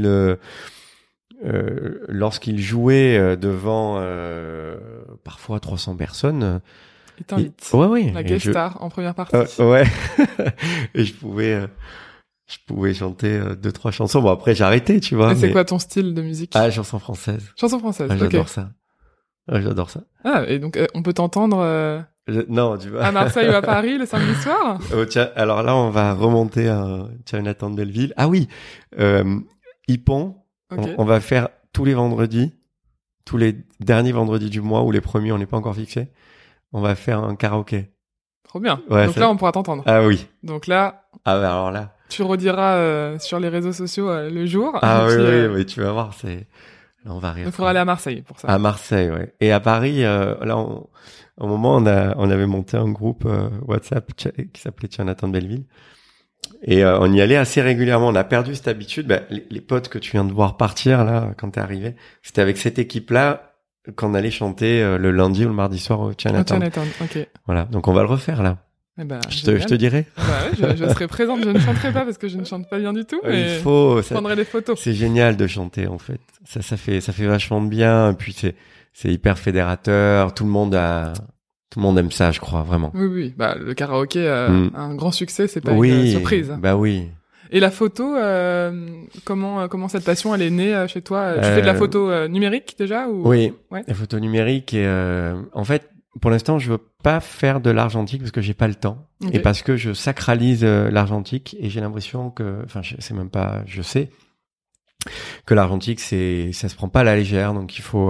Speaker 2: jouaient devant parfois 300 personnes,
Speaker 1: ils t'invitent.
Speaker 2: Ouais.
Speaker 1: La guest star en première partie.
Speaker 2: Ouais. Et je pouvais chanter 2-3 chansons. Bon, après, j'ai arrêté, tu vois.
Speaker 1: Et c'est quoi ton style de musique?
Speaker 2: Ah, chanson française.
Speaker 1: Chanson française,
Speaker 2: ah, j'adore ça. Ah, j'adore ça.
Speaker 1: Ah, et donc, on peut t'entendre
Speaker 2: non, tu vois.
Speaker 1: à Marseille ou à Paris le samedi soir?
Speaker 2: Tiens, alors là, on va remonter à Nathan de Belleville. Ah oui, Hippon, okay. On va faire tous les vendredis, tous les derniers vendredis du mois, ou les premiers, on n'est pas encore fixé. On va faire un karaoké.
Speaker 1: Trop bien. Ouais, donc là, on pourra t'entendre.
Speaker 2: Ah oui.
Speaker 1: Donc là.
Speaker 2: Ah bah alors là.
Speaker 1: Tu rediras sur les réseaux sociaux le jour.
Speaker 2: Ah oui, tu vas voir, là, on va rire.
Speaker 1: Il faudra aller à Marseille pour ça.
Speaker 2: À Marseille, ouais. Et à Paris, là, au moment, on avait monté un groupe WhatsApp qui s'appelait Nathan de Belleville. Et on y allait assez régulièrement. On a perdu cette habitude. Les potes que tu viens de voir partir, là, quand t'es arrivé, c'était avec cette équipe-là qu'on allait chanter le lundi ou le mardi soir au Chinatown.
Speaker 1: Ok.
Speaker 2: Voilà. Donc on va le refaire, là.
Speaker 1: Eh ben,
Speaker 2: je te dirai.
Speaker 1: Bah ouais, je serai présente. Je ne chanterai pas parce que je ne chante pas bien du tout. Mais je prendrai des photos.
Speaker 2: C'est génial de chanter, en fait. Ça fait vachement de bien. Et puis c'est hyper fédérateur. Tout le monde aime ça, je crois, vraiment.
Speaker 1: Oui. Bah, le karaoké a un grand succès. C'est pas une surprise.
Speaker 2: Bah oui.
Speaker 1: Et la photo, comment cette passion elle est née chez toi? Tu fais de la photo numérique déjà ou?
Speaker 2: Oui. Ouais. La photo numérique et en fait, pour l'instant, je veux pas faire de l'argentique parce que j'ai pas le temps et parce que je sacralise l'argentique et j'ai l'impression que, enfin, je sais que l'argentique ça se prend pas à la légère, donc il faut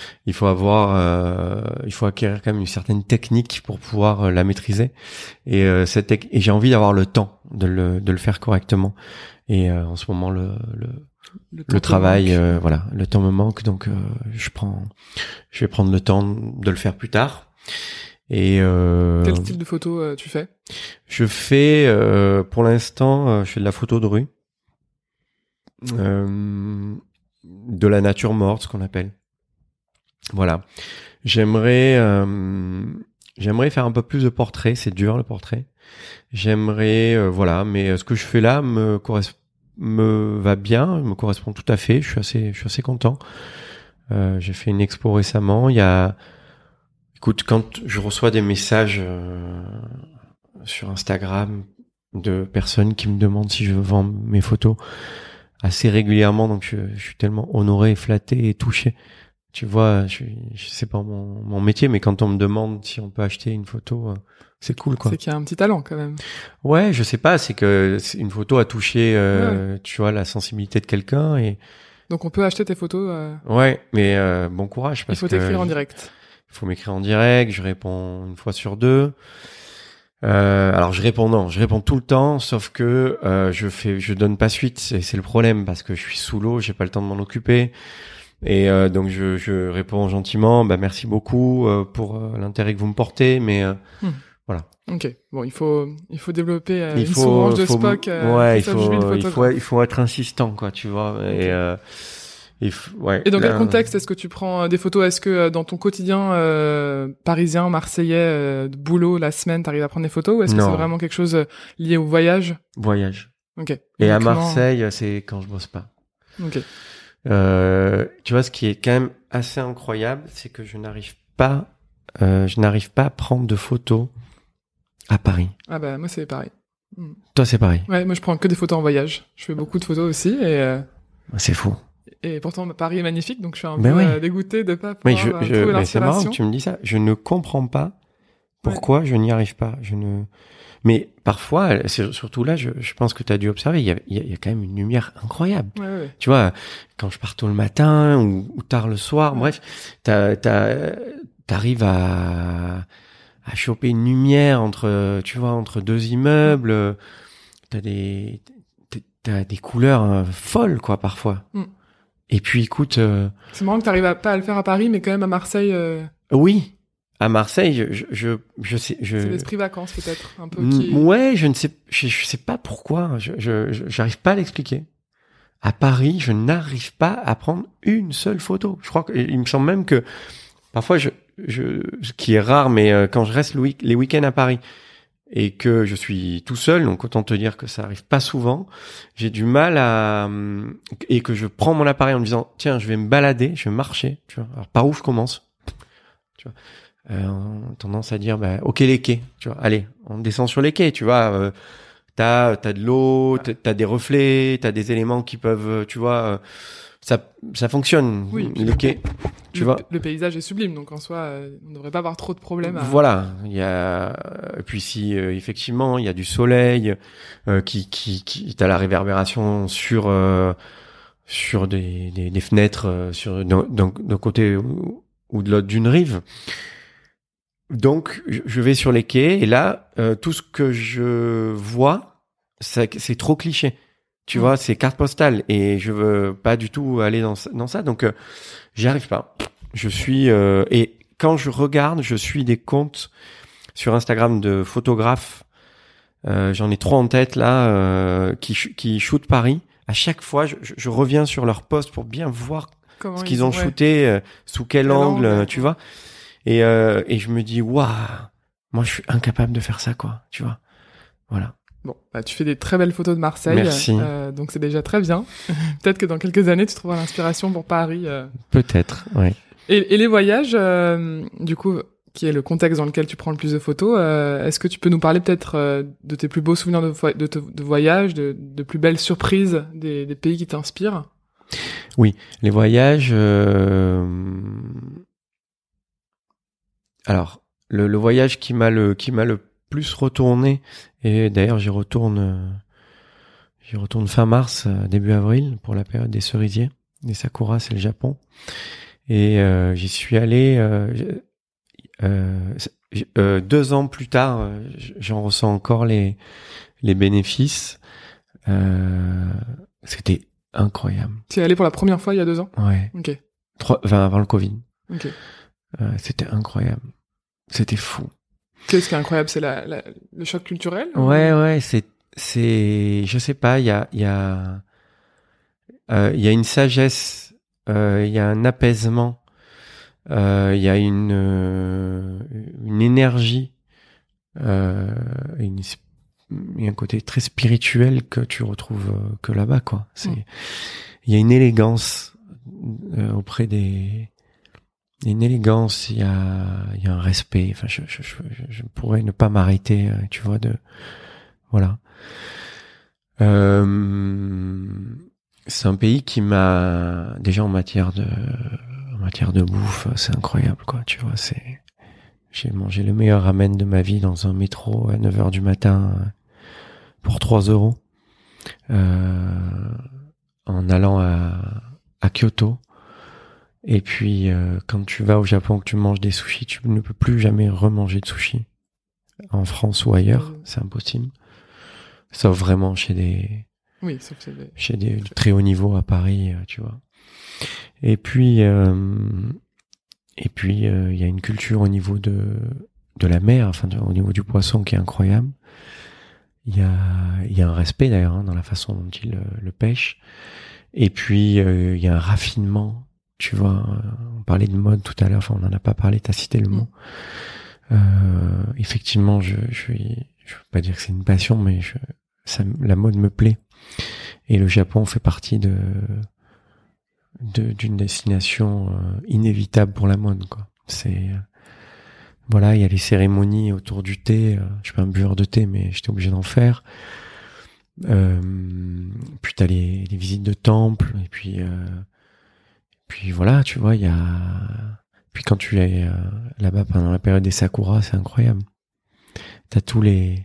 Speaker 2: acquérir quand même une certaine technique pour pouvoir la maîtriser et et j'ai envie d'avoir le temps de le faire correctement et en ce moment le travail le temps me manque, donc je vais prendre le temps de le faire plus tard. Et
Speaker 1: quel style de photo tu fais?
Speaker 2: Je fais pour l'instant je fais de la photo de rue, de la nature morte, ce qu'on appelle. Voilà. J'aimerais faire un peu plus de portraits. C'est dur, le portrait. J'aimerais mais ce que je fais là me va bien, me correspond tout à fait. Je suis assez content. J'ai fait une expo récemment. Écoute, quand je reçois des messages sur Instagram de personnes qui me demandent si je vends mes photos assez régulièrement, donc je suis tellement honoré, flatté et touché. Tu vois, c'est pas mon métier, mais quand on me demande si on peut acheter une photo, c'est cool, quoi.
Speaker 1: C'est qu'il y a un petit talent, quand même.
Speaker 2: Ouais, je sais pas, c'est que une photo a touché, tu vois, la sensibilité de quelqu'un et.
Speaker 1: Donc on peut acheter tes photos.
Speaker 2: Ouais, mais bon courage parce que.
Speaker 1: Il faut t'écrire en direct.
Speaker 2: Il faut m'écrire en direct, je réponds une fois sur deux. Alors je réponds tout le temps, sauf que je donne pas suite, c'est le problème parce que je suis sous l'eau, j'ai pas le temps de m'en occuper. Et donc je réponds gentiment, merci beaucoup pour l'intérêt que vous me portez, mais voilà.
Speaker 1: Ok. Bon, il faut développer une sous-branche de Spock.
Speaker 2: Il faut être insistant, quoi, tu vois.
Speaker 1: Okay.
Speaker 2: Ouais.
Speaker 1: Et dans quel contexte est-ce que tu prends des photos? Est-ce que dans ton quotidien parisien, marseillais, de boulot, la semaine, t'arrives à prendre des photos, ou est-ce que c'est vraiment quelque chose lié au voyage?
Speaker 2: Voyage.
Speaker 1: Ok.
Speaker 2: Et à Marseille, c'est quand je bosse pas.
Speaker 1: Ok.
Speaker 2: Tu vois, ce qui est quand même assez incroyable, c'est que je n'arrive pas à prendre de photos à Paris.
Speaker 1: Ah bah moi c'est pareil.
Speaker 2: Toi c'est pareil.
Speaker 1: Ouais, moi je prends que des photos en voyage. Je fais beaucoup de photos aussi et
Speaker 2: c'est fou.
Speaker 1: Et pourtant Paris est magnifique, donc je suis un peu dégoûté de pas pouvoir trouver l'inspiration.
Speaker 2: Mais c'est marrant que tu me dis ça. Je ne comprends pas pourquoi je n'y arrive pas. Mais parfois, surtout là, je pense que tu as dû observer, il y a quand même une lumière incroyable.
Speaker 1: Ouais.
Speaker 2: Tu vois, quand je pars tôt le matin ou tard le soir, bref, t'arrives à choper une lumière entre deux immeubles. T'as des couleurs folles, quoi, parfois. Et puis, écoute...
Speaker 1: C'est marrant que t'arrives pas à le faire à Paris, mais quand même à Marseille...
Speaker 2: Oui. À Marseille, je sais...
Speaker 1: C'est l'esprit vacances, peut-être, un peu.
Speaker 2: Ouais, je sais pas pourquoi. J'arrive pas à l'expliquer. À Paris, je n'arrive pas à prendre une seule photo. Je crois il me semble même que, parfois, ce qui est rare, mais quand je reste les week-ends à Paris, et que je suis tout seul, donc autant te dire que ça arrive pas souvent, j'ai du mal et que je prends mon appareil en me disant, tiens, je vais me balader, je vais marcher, tu vois. Alors, par où je commence? Tu vois. Tendance à dire, ok, les quais, tu vois. Allez, on descend sur les quais, tu vois. T'as de l'eau, t'as des reflets, t'as des éléments qui peuvent, tu vois, ça fonctionne.
Speaker 1: Oui,
Speaker 2: les quais, tu vois.
Speaker 1: Le paysage est sublime, donc en soi, on ne devrait pas avoir trop de problèmes.
Speaker 2: Voilà, et puis si effectivement il y a du soleil, t'as la réverbération sur des fenêtres d'un côté ou de l'autre d'une rive. Donc je vais sur les quais et là tout ce que je vois, c'est trop cliché. Tu vois, c'est carte postale et je veux pas du tout aller dans ça. Donc j'y arrive pas. Je suis et quand je regarde, je suis des comptes sur Instagram de photographes. J'en ai 3 en tête là qui shootent Paris. À chaque fois, je reviens sur leur post pour bien voir ce qu'ils ont shooté, sous quel angle, tu vois. Et je me dis waouh, moi je suis incapable de faire ça, quoi. Tu vois. Voilà.
Speaker 1: Bon, tu fais des très belles photos de Marseille.
Speaker 2: Merci.
Speaker 1: Donc c'est déjà très bien. Peut-être que dans quelques années, tu trouveras l'inspiration pour Paris.
Speaker 2: Peut-être, oui.
Speaker 1: Et les voyages, du coup, qui est le contexte dans lequel tu prends le plus de photos, est-ce que tu peux nous parler peut-être de tes plus beaux souvenirs de voyage, de plus belles surprises des pays qui t'inspirent?
Speaker 2: Oui, les voyages... Alors, le voyage qui m'a le plus retourné, et d'ailleurs j'y retourne fin mars, début avril, pour la période des cerisiers, des sakuras, c'est le Japon. Et j'y suis allé 2 ans plus tard, j'en ressens encore les bénéfices. C'était incroyable.
Speaker 1: Tu es allé pour la première fois il y a 2 ans?
Speaker 2: Ouais.
Speaker 1: Ok.
Speaker 2: Avant le Covid.
Speaker 1: Ok.
Speaker 2: C'était incroyable. C'était fou.
Speaker 1: Qu'est-ce qui est incroyable? C'est le choc culturel?
Speaker 2: Ouais, je sais pas, il y a une sagesse, il y a un apaisement, il y a une énergie, il y a un côté très spirituel que tu retrouves que là-bas, quoi. Il y a une élégance auprès des... Il y a une élégance, il y a un respect. Enfin, je pourrais ne pas m'arrêter, tu vois, voilà. C'est un pays qui m'a, déjà en matière de bouffe, c'est incroyable, quoi, tu vois, j'ai mangé le meilleur ramen de ma vie dans un métro à 9h du matin pour 3 €, en allant à Kyoto. Et puis, quand tu vas au Japon, que tu manges des sushis, tu ne peux plus jamais remanger de sushis. en France ou ailleurs, c'est impossible. Sauf vraiment chez
Speaker 1: sauf
Speaker 2: chez des très haut niveau à Paris, tu vois. Et puis il y a une culture au niveau de la mer, enfin au niveau du poisson qui est incroyable. Il y a un respect d'ailleurs dans la façon dont ils le pêchent. Et puis il y a un raffinement, tu vois. On parlait de mode tout à l'heure, enfin on n'en a pas parlé, t'as cité le mot. Effectivement, je veux pas dire que c'est une passion, mais la mode me plaît. Et le Japon fait partie d'une destination inévitable pour la mode, quoi. Voilà, il y a les cérémonies autour du thé. Je suis pas un buveur de thé, mais j'étais obligé d'en faire. Puis t'as les visites de temples, et puis voilà, tu vois, il y a. Puis quand tu es là-bas pendant la période des sakuras, c'est incroyable. T'as tout le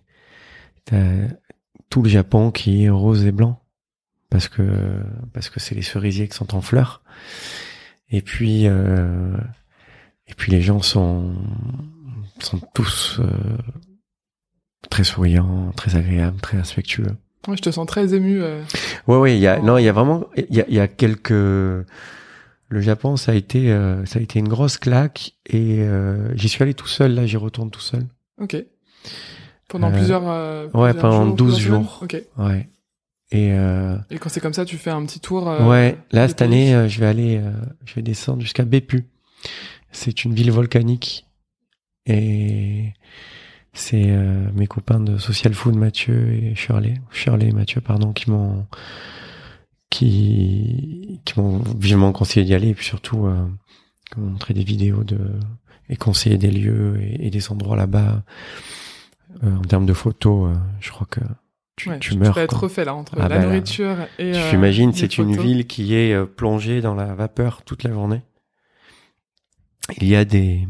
Speaker 2: Japon qui est rose et blanc, parce que c'est les cerisiers qui sont en fleurs. Et puis les gens sont tous très souriants, très agréables, très respectueux.
Speaker 1: Ouais, je te sens très ému.
Speaker 2: Ouais, il y a vraiment, il y a quelques. Le Japon, ça a été une grosse claque, et j'y suis allé tout seul. Là, j'y retourne tout seul.
Speaker 1: Ok. Pendant plusieurs
Speaker 2: pendant
Speaker 1: jours,
Speaker 2: 12 jours.
Speaker 1: Ok.
Speaker 2: Ouais. Et
Speaker 1: quand c'est comme ça, tu fais un petit tour.
Speaker 2: Ouais. Là, cette année, je vais descendre jusqu'à Beppu. C'est une ville volcanique, et c'est mes copains de Social Food, Mathieu et Shirley et Mathieu, pardon, qui m'ont vivement conseillé d'y aller, et puis surtout montrer des vidéos et conseiller des lieux et des endroits là-bas. En termes de photos, je crois que tu meurs.
Speaker 1: Tu vas être refait là entre la nourriture et.
Speaker 2: Tu imagines, c'est une ville qui est plongée dans la vapeur toute la journée. Il y a des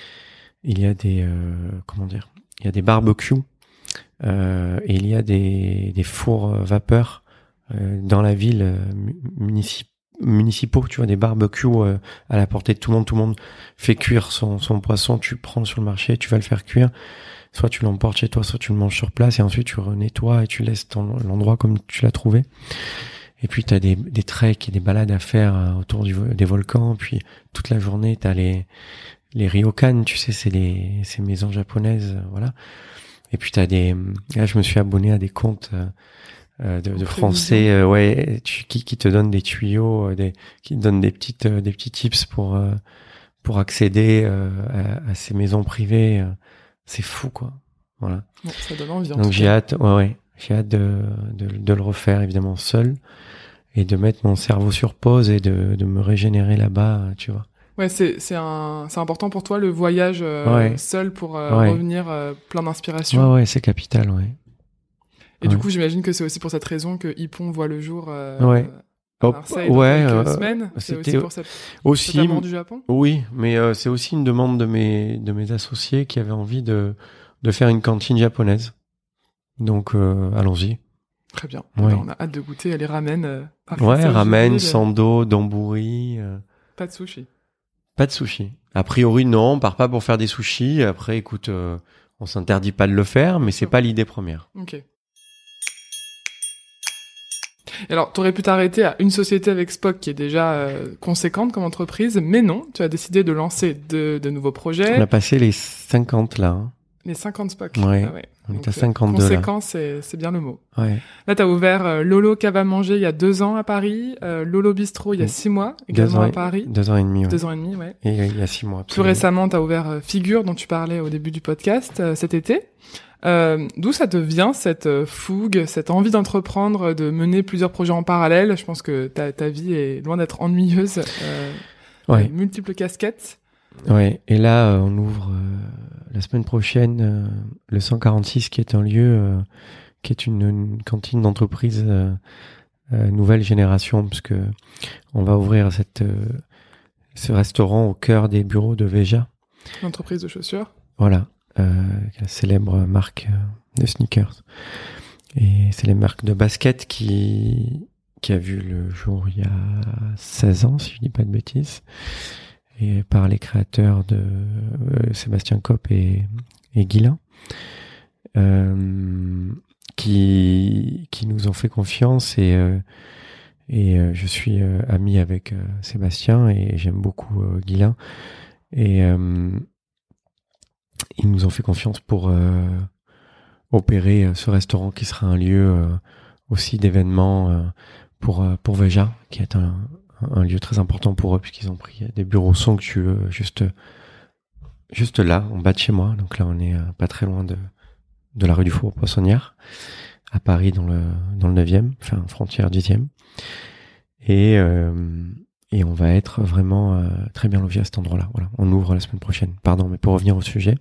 Speaker 2: comment dire, il y a des barbecues, et il y a des fours vapeur dans la ville, municipaux, tu vois, des barbecues à la portée de tout le monde. Tout le monde fait cuire son poisson, tu prends sur le marché, tu vas le faire cuire. Soit tu l'emportes chez toi, soit tu le manges sur place, et ensuite tu renettoies et tu laisses l'endroit comme tu l'as trouvé. Et puis t'as des treks et des balades à faire autour des volcans. Puis toute la journée t'as les ryokan, tu sais, ces maisons japonaises, voilà. Et puis là, je me suis abonné à des comptes de Français, qui te donnent des tuyaux, qui te donnent des petits tips pour accéder à ces maisons privées. C'est fou, quoi. Voilà.
Speaker 1: Bon, ça donne envie.
Speaker 2: Donc j'ai hâte, j'ai hâte de le refaire, évidemment, seul, et de mettre mon cerveau sur pause et de me régénérer là-bas, tu vois.
Speaker 1: Ouais, c'est important pour toi, le voyage seul, pour revenir plein d'inspiration.
Speaker 2: Ouais, c'est capital, ouais.
Speaker 1: Et du coup, j'imagine que c'est aussi pour cette raison que Hippon voit le jour à Marseille dans quelques semaines. C'est aussi pour cet amour du Japon.
Speaker 2: Oui, mais c'est aussi une demande de mes associés qui avaient envie de faire une cantine japonaise. Donc allons-y.
Speaker 1: Très bien.
Speaker 2: Ouais.
Speaker 1: On a hâte de goûter les ramen.
Speaker 2: Ramen, sando, donburi.
Speaker 1: Pas de sushi.
Speaker 2: Pas de sushi. A priori, non, on part pas pour faire des sushis. Après, écoute, on s'interdit pas de le faire, mais c'est pas l'idée première.
Speaker 1: Ok. Et alors, t'aurais pu t'arrêter à une société avec Spock qui est déjà conséquente comme entreprise, mais non, tu as décidé de lancer de nouveaux projets.
Speaker 2: On a passé les 50 là. Hein.
Speaker 1: Les 50 Spock.
Speaker 2: Ouais.
Speaker 1: Ah ouais.
Speaker 2: On
Speaker 1: Donc,
Speaker 2: est à 52
Speaker 1: conséquent, c'est bien le mot.
Speaker 2: Ouais.
Speaker 1: Là, t'as ouvert Lolo Cave à manger il y a 2 ans à Paris, Lolo Bistro il y a 6 mois, également à Paris.
Speaker 2: 2 ans et demi, ouais.
Speaker 1: 2 ans et demi, ouais.
Speaker 2: Et il y a 6 mois.
Speaker 1: Plus récemment, t'as ouvert Figure, dont tu parlais au début du podcast, cet été. D'où ça te vient, cette fougue, cette envie d'entreprendre, de mener plusieurs projets en parallèle? Je pense que ta vie est loin d'être ennuyeuse. Multiples casquettes.
Speaker 2: Ouais, et là, on ouvre la semaine prochaine le 146, qui est un lieu, qui est une cantine d'entreprise nouvelle génération, puisque on va ouvrir ce restaurant au cœur des bureaux de Veja.
Speaker 1: L'entreprise de chaussures.
Speaker 2: Voilà, la célèbre marque de sneakers. Et c'est les marques de basket qui a vu le jour il y a 16 ans, si je dis pas de bêtises. Et par les créateurs de Sébastien Kopp et Guilain. qui nous ont fait confiance et je suis ami avec Sébastien et j'aime beaucoup Guylain et ils nous ont fait confiance pour opérer ce restaurant qui sera un lieu aussi d'événements pour Veja, qui est un lieu très important pour eux puisqu'ils ont pris des bureaux somptueux juste là, en bas de chez moi. Donc là, on est pas très loin de la rue du Faubourg Poissonnière, à Paris, dans le 9e, enfin frontière 10e. Et on va être vraiment très bien logé à cet endroit-là. Voilà, on ouvre la semaine prochaine. Pardon, mais pour revenir au sujet,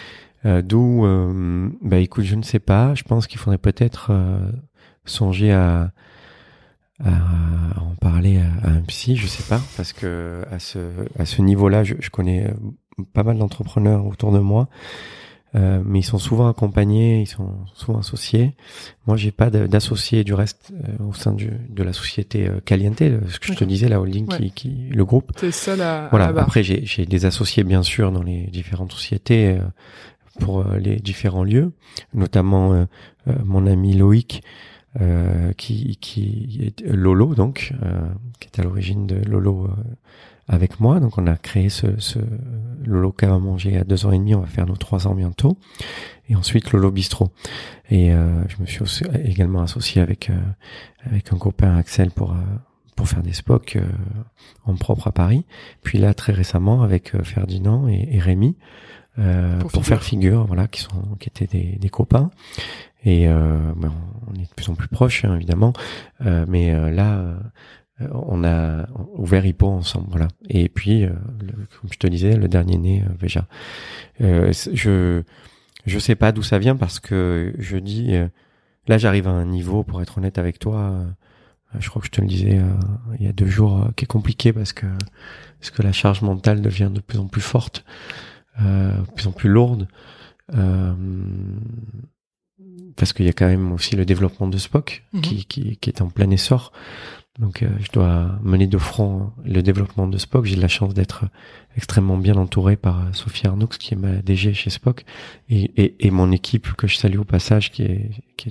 Speaker 2: écoute, je ne sais pas. Je pense qu'il faudrait peut-être songer à en parler à un psy. Je sais pas, parce que à ce niveau-là, je connais pas mal d'entrepreneurs autour de moi. Mais ils sont souvent accompagnés, ils sont souvent associés. Moi, j'ai pas d'associés du reste au sein de la société Caliente, ce que je te disais, la holding qui le groupe.
Speaker 1: T'es seul à
Speaker 2: voilà.
Speaker 1: la barre.
Speaker 2: Après, j'ai des associés bien sûr dans les différentes sociétés pour les différents lieux, notamment mon ami Loïc qui est Lolo donc, qui est à l'origine de Lolo. Avec moi, donc on a créé ce Lolo Cave à manger à 2 ans et demi, on va faire nos 3 ans bientôt, et ensuite Lolo Bistrot. Et je me suis aussi également associé avec un copain Axel pour faire des SPOC en propre à Paris. Puis là très récemment avec Ferdinand et Rémi pour faire figure, voilà, qui étaient des copains. Et on est de plus en plus proches hein, évidemment, mais là. On a ouvert Hippo ensemble, voilà. Et puis, comme je te disais, le dernier né, Veja. Je sais pas d'où ça vient parce que je dis, là, j'arrive à un niveau, pour être honnête avec toi, je crois que je te le disais il y a 2 jours, qui est compliqué parce que la charge mentale devient de plus en plus forte, de plus en plus lourde, parce qu'il y a quand même aussi le développement de Spock qui est en plein essor. Donc je dois mener de front le développement de Spock. J'ai de la chance d'être extrêmement bien entouré par Sophie Arnoux, qui est ma DG chez Spock, et mon équipe que je salue au passage, qui est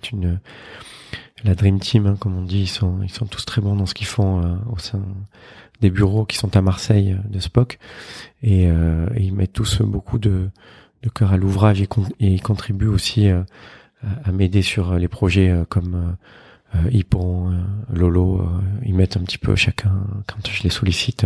Speaker 2: la Dream Team, hein, comme on dit. Ils sont tous très bons dans ce qu'ils font au sein des bureaux qui sont à Marseille de Spock, et ils mettent tous beaucoup de cœur à l'ouvrage et ils contribuent aussi à m'aider sur les projets comme Hippo, Lolo, ils mettent un petit peu chacun, quand je les sollicite,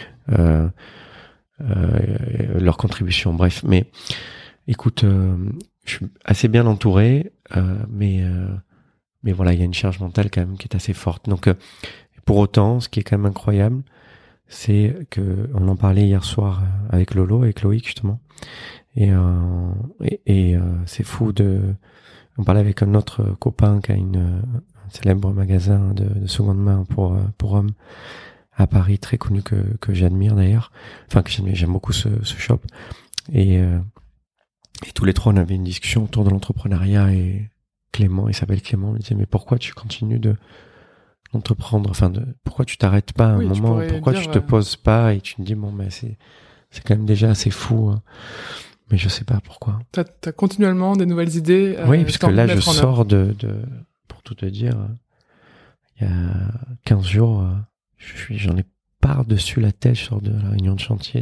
Speaker 2: leur contribution. Bref, mais écoute, je suis assez bien entouré, mais voilà, il y a une charge mentale quand même qui est assez forte. Donc, pour autant, ce qui est quand même incroyable, c'est que on en parlait hier soir avec Lolo, avec Loïc justement, et c'est fou on parlait avec un autre copain qui a un célèbre magasin de seconde main pour hommes à Paris, très connu que j'admire d'ailleurs. Enfin, que j'aime beaucoup ce shop. Et tous les trois, on avait une discussion autour de l'entrepreneuriat, et Clément, il s'appelle Clément, il disait, mais pourquoi tu continues d'entreprendre? Enfin, pourquoi tu t'arrêtes pas à un moment? Pourquoi tu te poses pas et tu te dis, bon, mais c'est quand même déjà assez fou, hein. Mais je sais pas pourquoi.
Speaker 1: T'as continuellement des nouvelles idées.
Speaker 2: Oui, parce que là, je sors pour tout te dire, il y a 15 jours, j'en ai par-dessus la tête, je sors de la réunion de chantier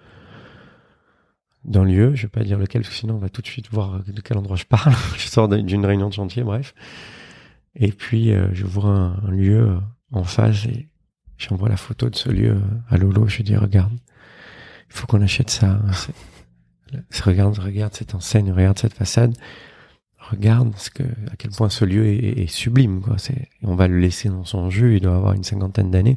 Speaker 2: d'un lieu, je vais pas dire lequel, parce que sinon on va tout de suite voir de quel endroit je parle. Je sors d'une réunion de chantier, bref. Et puis, je vois un lieu en face et j'envoie la photo de ce lieu à Lolo, je lui dis, regarde, il faut qu'on achète ça. Regarde cette enseigne, regarde cette façade, regarde à quel point ce lieu est sublime, quoi. On va le laisser dans son jus, il doit avoir une 50aine d'années,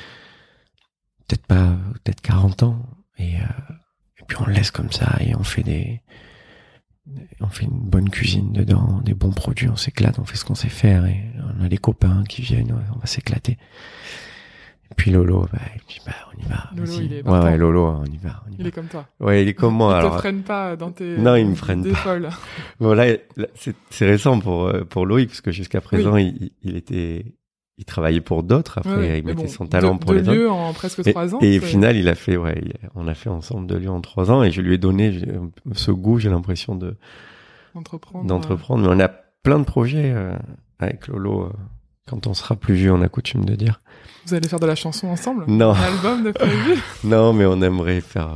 Speaker 2: peut-être 40 ans, et puis on le laisse comme ça, et on fait une bonne cuisine dedans, des bons produits, on s'éclate, on fait ce qu'on sait faire, et on a des copains qui viennent, on va s'éclater. Et puis Lolo, il me dit, on y va.
Speaker 1: Lolo,
Speaker 2: vas-y.
Speaker 1: il est partant.
Speaker 2: Ouais, Lolo, on y va.
Speaker 1: Il est comme toi.
Speaker 2: Ouais, il est comme moi.
Speaker 1: Il te freine pas dans tes
Speaker 2: non, il me freine
Speaker 1: pas.
Speaker 2: Folles. Bon, là, c'est récent pour Loïc, parce que jusqu'à présent, il travaillait pour d'autres. Après, il mettait son talent pour les autres.
Speaker 1: 2 lieux en presque 3 ans.
Speaker 2: Et au final, on a fait ensemble 2 lieux en 3 ans, et je lui ai donné ce goût, j'ai l'impression
Speaker 1: d'entreprendre.
Speaker 2: Mais on a plein de projets avec Lolo. Quand on sera plus vieux, on a coutume de dire.
Speaker 1: Vous allez faire de la chanson ensemble?
Speaker 2: Non.
Speaker 1: Un album de prévu?
Speaker 2: Non, mais on aimerait faire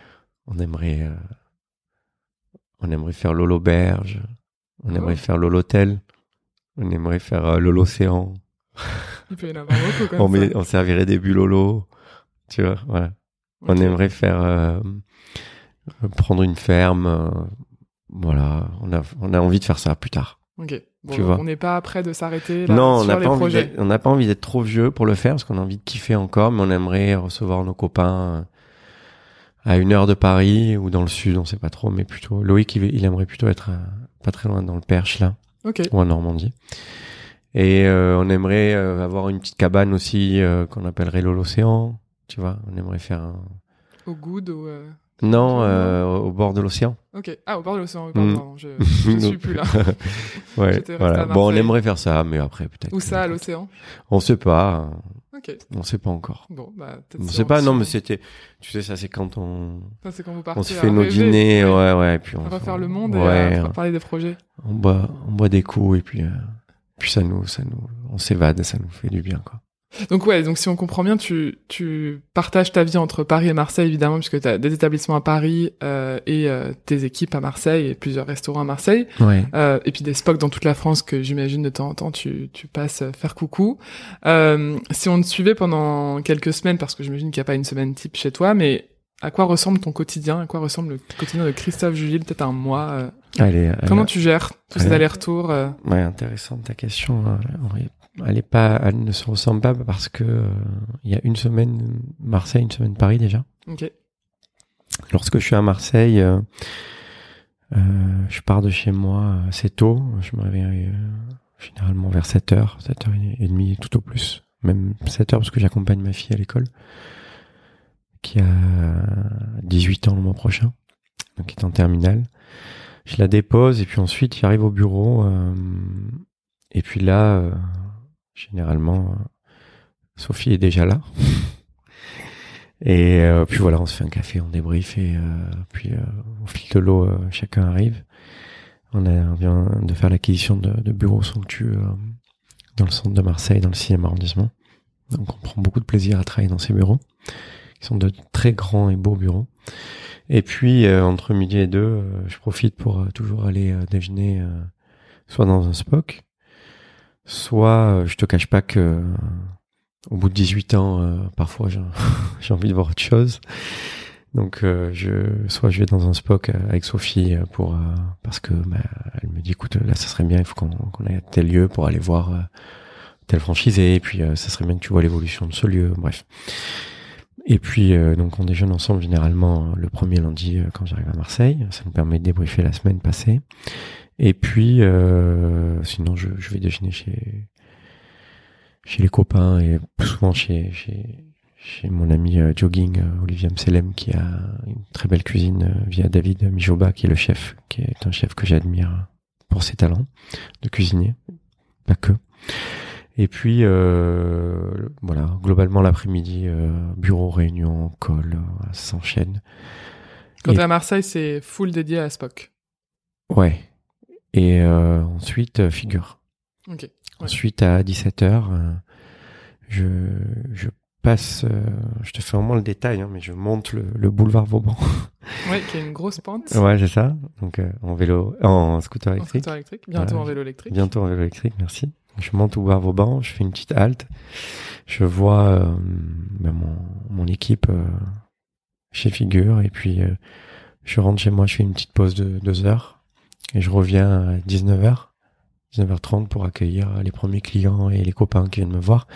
Speaker 2: Lolo Berge. On aimerait faire Lolotel. On aimerait faire Lolocéan.
Speaker 1: Il peut y en avoir beaucoup comme ça.
Speaker 2: On servirait des bulles Lolo. Tu vois, voilà. Okay. On aimerait faire prendre une ferme. Voilà. On a envie de faire ça plus tard.
Speaker 1: Ok. Bon, tu vois. On n'est pas prêt de s'arrêter là,
Speaker 2: non,
Speaker 1: sur les projets.
Speaker 2: On n'a pas envie d'être trop vieux pour le faire parce qu'on a envie de kiffer encore, mais on aimerait recevoir nos copains à 1 heure de Paris ou dans le sud, on sait pas trop, mais plutôt Loïc, il aimerait plutôt être pas très loin dans le Perche là, ou en Normandie. Et on aimerait avoir une petite cabane aussi qu'on appellerait l'Océan, tu vois. On aimerait faire
Speaker 1: au Goud ou
Speaker 2: non, au bord de l'océan.
Speaker 1: Ok. Ah, au bord de l'océan. Pardon, je suis plus là.
Speaker 2: Ouais. Voilà. Bon, on aimerait faire ça, mais après peut-être.
Speaker 1: Où ça, à l'océan?
Speaker 2: On sait pas.
Speaker 1: Ok.
Speaker 2: On sait pas encore.
Speaker 1: Bon, bah peut-être.
Speaker 2: On sait pas. Non, mais c'était. Tu sais, ça c'est quand on.
Speaker 1: Ça c'est quand vous partez.
Speaker 2: On se fait nos dîners, ouais. Et puis
Speaker 1: on va faire le monde
Speaker 2: et
Speaker 1: on va parler des projets.
Speaker 2: On boit des coups et puis ça nous, on s'évade, ça nous fait du bien, quoi.
Speaker 1: Donc si on comprend bien, tu partages ta vie entre Paris et Marseille, évidemment, puisque tu as des établissements à Paris et tes équipes à Marseille et plusieurs restaurants à Marseille.
Speaker 2: Ouais.
Speaker 1: Et puis des spots dans toute la France que j'imagine de temps en temps tu passes faire coucou. Si on te suivait pendant quelques semaines, parce que j'imagine qu'il n'y a pas une semaine type chez toi, mais à quoi ressemble ton quotidien? À quoi ressemble le quotidien de Christophe Jugy, peut-être un mois Comment tu gères tous ces allers-retours
Speaker 2: Ouais, intéressante ta question. Elle ne se ressemble pas parce que il y a une semaine Marseille, une semaine Paris déjà.
Speaker 1: Ok.
Speaker 2: Lorsque je suis à Marseille, je pars de chez moi assez tôt. Je me réveille généralement vers 7h, 7h30 tout au plus. Même 7h parce que j'accompagne ma fille à l'école, qui a 18 ans le mois prochain, donc qui est en terminale. Je la dépose et puis ensuite j'arrive au bureau. Et puis là... généralement, Sophie est déjà là. Et puis voilà, on se fait un café, on débrief et puis au fil de l'eau, chacun arrive. On vient de faire l'acquisition de bureaux somptueux dans le centre de Marseille, dans le 6e arrondissement. Donc on prend beaucoup de plaisir à travailler dans ces bureaux, qui sont de très grands et beaux bureaux. Et puis entre midi et 2, je profite pour toujours aller déjeuner soit dans un SPOC, soit je te cache pas que au bout de 18 ans, parfois j'ai envie de voir autre chose. Donc soit je vais dans un SPOC avec Sophie parce que elle me dit écoute là ça serait bien, il faut qu'on aille à tel lieu pour aller voir tel franchisé, et puis ça serait bien que tu vois l'évolution de ce lieu, bref. Et puis donc on déjeune ensemble généralement le premier lundi quand j'arrive à Marseille, ça nous permet de débriefer la semaine passée. Et puis sinon je vais déjeuner chez les copains et plus souvent chez mon ami jogging Olivier Amselem, qui a une très belle cuisine via David Mijoba, qui est le chef, qui est un chef que j'admire pour ses talents de cuisinier, pas que. Et puis voilà, globalement l'après-midi, bureau, réunion, call, ça s'enchaîne.
Speaker 1: Quand t'es à Marseille, c'est full dédié à Spock.
Speaker 2: Ouais. Et ensuite, figure.
Speaker 1: Ok. Ouais.
Speaker 2: Ensuite, à 17h, je passe, je te fais vraiment le détail, hein, mais je monte le boulevard Vauban.
Speaker 1: Ouais, qui a une grosse pente.
Speaker 2: Ouais, c'est ça. Donc en scooter électrique.
Speaker 1: En scooter électrique. Bientôt en vélo électrique.
Speaker 2: Bientôt en vélo électrique, merci. Je monte au boulevard Vauban, je fais une petite halte. Je vois mon équipe chez Figure, et puis je rentre chez moi, je fais une petite pause de 2 heures. Et je reviens à 19h30 pour accueillir les premiers clients et les copains qui viennent me voir.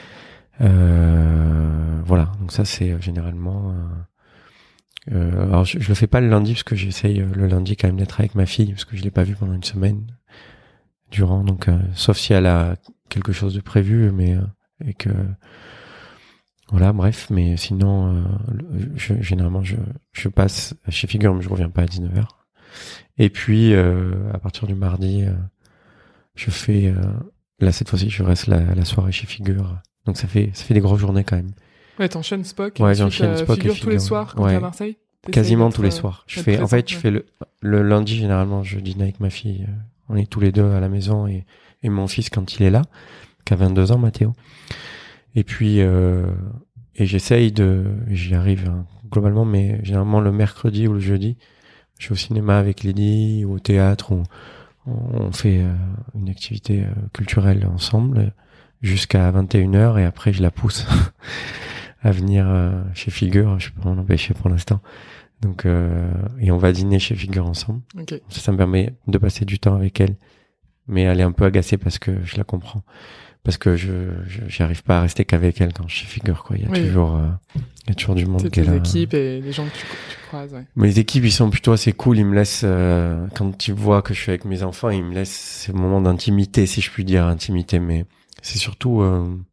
Speaker 2: Voilà, donc ça c'est généralement... alors je le fais pas le lundi parce que j'essaye le lundi quand même d'être avec ma fille, parce que je l'ai pas vue pendant une semaine durant. Donc sauf si elle a quelque chose de prévu, mais et que... Voilà, bref, mais sinon, généralement je passe chez Figure, mais je reviens pas à 19h. Et puis à partir du mardi, je fais là cette fois-ci je reste la soirée chez Figure. Donc ça fait des grosses journées quand même.
Speaker 1: Ouais, t'enchaînes Spock.
Speaker 2: Ouais, j'enchaîne Spock
Speaker 1: Figure
Speaker 2: et
Speaker 1: tous les soirs quand t'es à Marseille.
Speaker 2: Quasiment tous les soirs. Je fais le lundi, généralement, je dîne avec ma fille. On est tous les deux à la maison et mon fils quand il est là, qui a 22 ans, Mathéo. Et puis, et j'y arrive globalement, mais généralement le mercredi ou le jeudi, je suis au cinéma avec Lydie ou au théâtre où on fait une activité culturelle ensemble jusqu'à 21h et après je la pousse à venir chez Figure. Je peux pas en empêcher pour l'instant. Donc, et on va dîner chez Figure ensemble.
Speaker 1: Okay.
Speaker 2: Ça me permet de passer du temps avec elle. Mais elle est un peu agacée parce que je la comprends. Parce que j'arrive pas à rester qu'avec elle quand je suis Figure, quoi. Il y a toujours du monde qui est là.
Speaker 1: Les équipes et les gens que tu croises, ouais.
Speaker 2: Mais les équipes, ils sont plutôt assez cool. Ils me laissent, quand tu vois que je suis avec mes enfants, ils me laissent ces moments d'intimité, si je puis dire, intimité. Mais c'est surtout,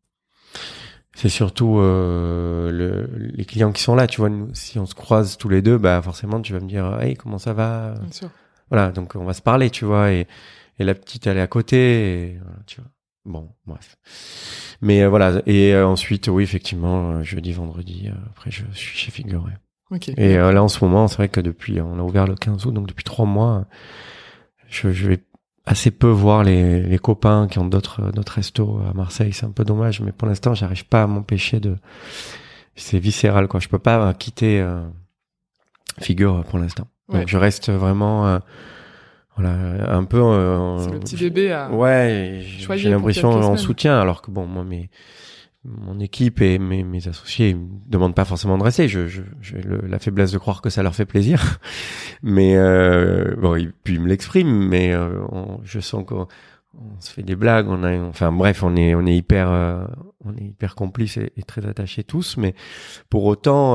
Speaker 2: les clients qui sont là, tu vois. Nous, si on se croise tous les deux, bah, forcément, tu vas me dire, hey, comment ça va?
Speaker 1: Bien sûr.
Speaker 2: Voilà. Donc, on va se parler, tu vois. Et la petite, elle est à côté, et voilà, tu vois. Bon, bref. Mais voilà. Et ensuite, oui, effectivement, jeudi, vendredi, après, je suis chez Figure. Ouais.
Speaker 1: Okay.
Speaker 2: Et là, en ce moment, c'est vrai que on a ouvert le 15 août, donc depuis 3 mois, je vais assez peu voir les copains qui ont d'autres restos à Marseille. C'est un peu dommage, mais pour l'instant, j'arrive pas à m'empêcher c'est viscéral, quoi. Je peux pas quitter Figure pour l'instant.
Speaker 1: Ouais.
Speaker 2: Donc, je reste vraiment. Voilà, un peu.
Speaker 1: C'est le petit bébé à.
Speaker 2: Ouais, j'ai l'impression en soutien, alors que bon, moi, mon équipe et mes associés me demandent pas forcément de rester. J'ai la faiblesse de croire que ça leur fait plaisir, mais bon, puis ils me l'expriment, mais je sens qu'on se fait des blagues. Enfin bref, on est hyper complices et très attachés tous, mais pour autant.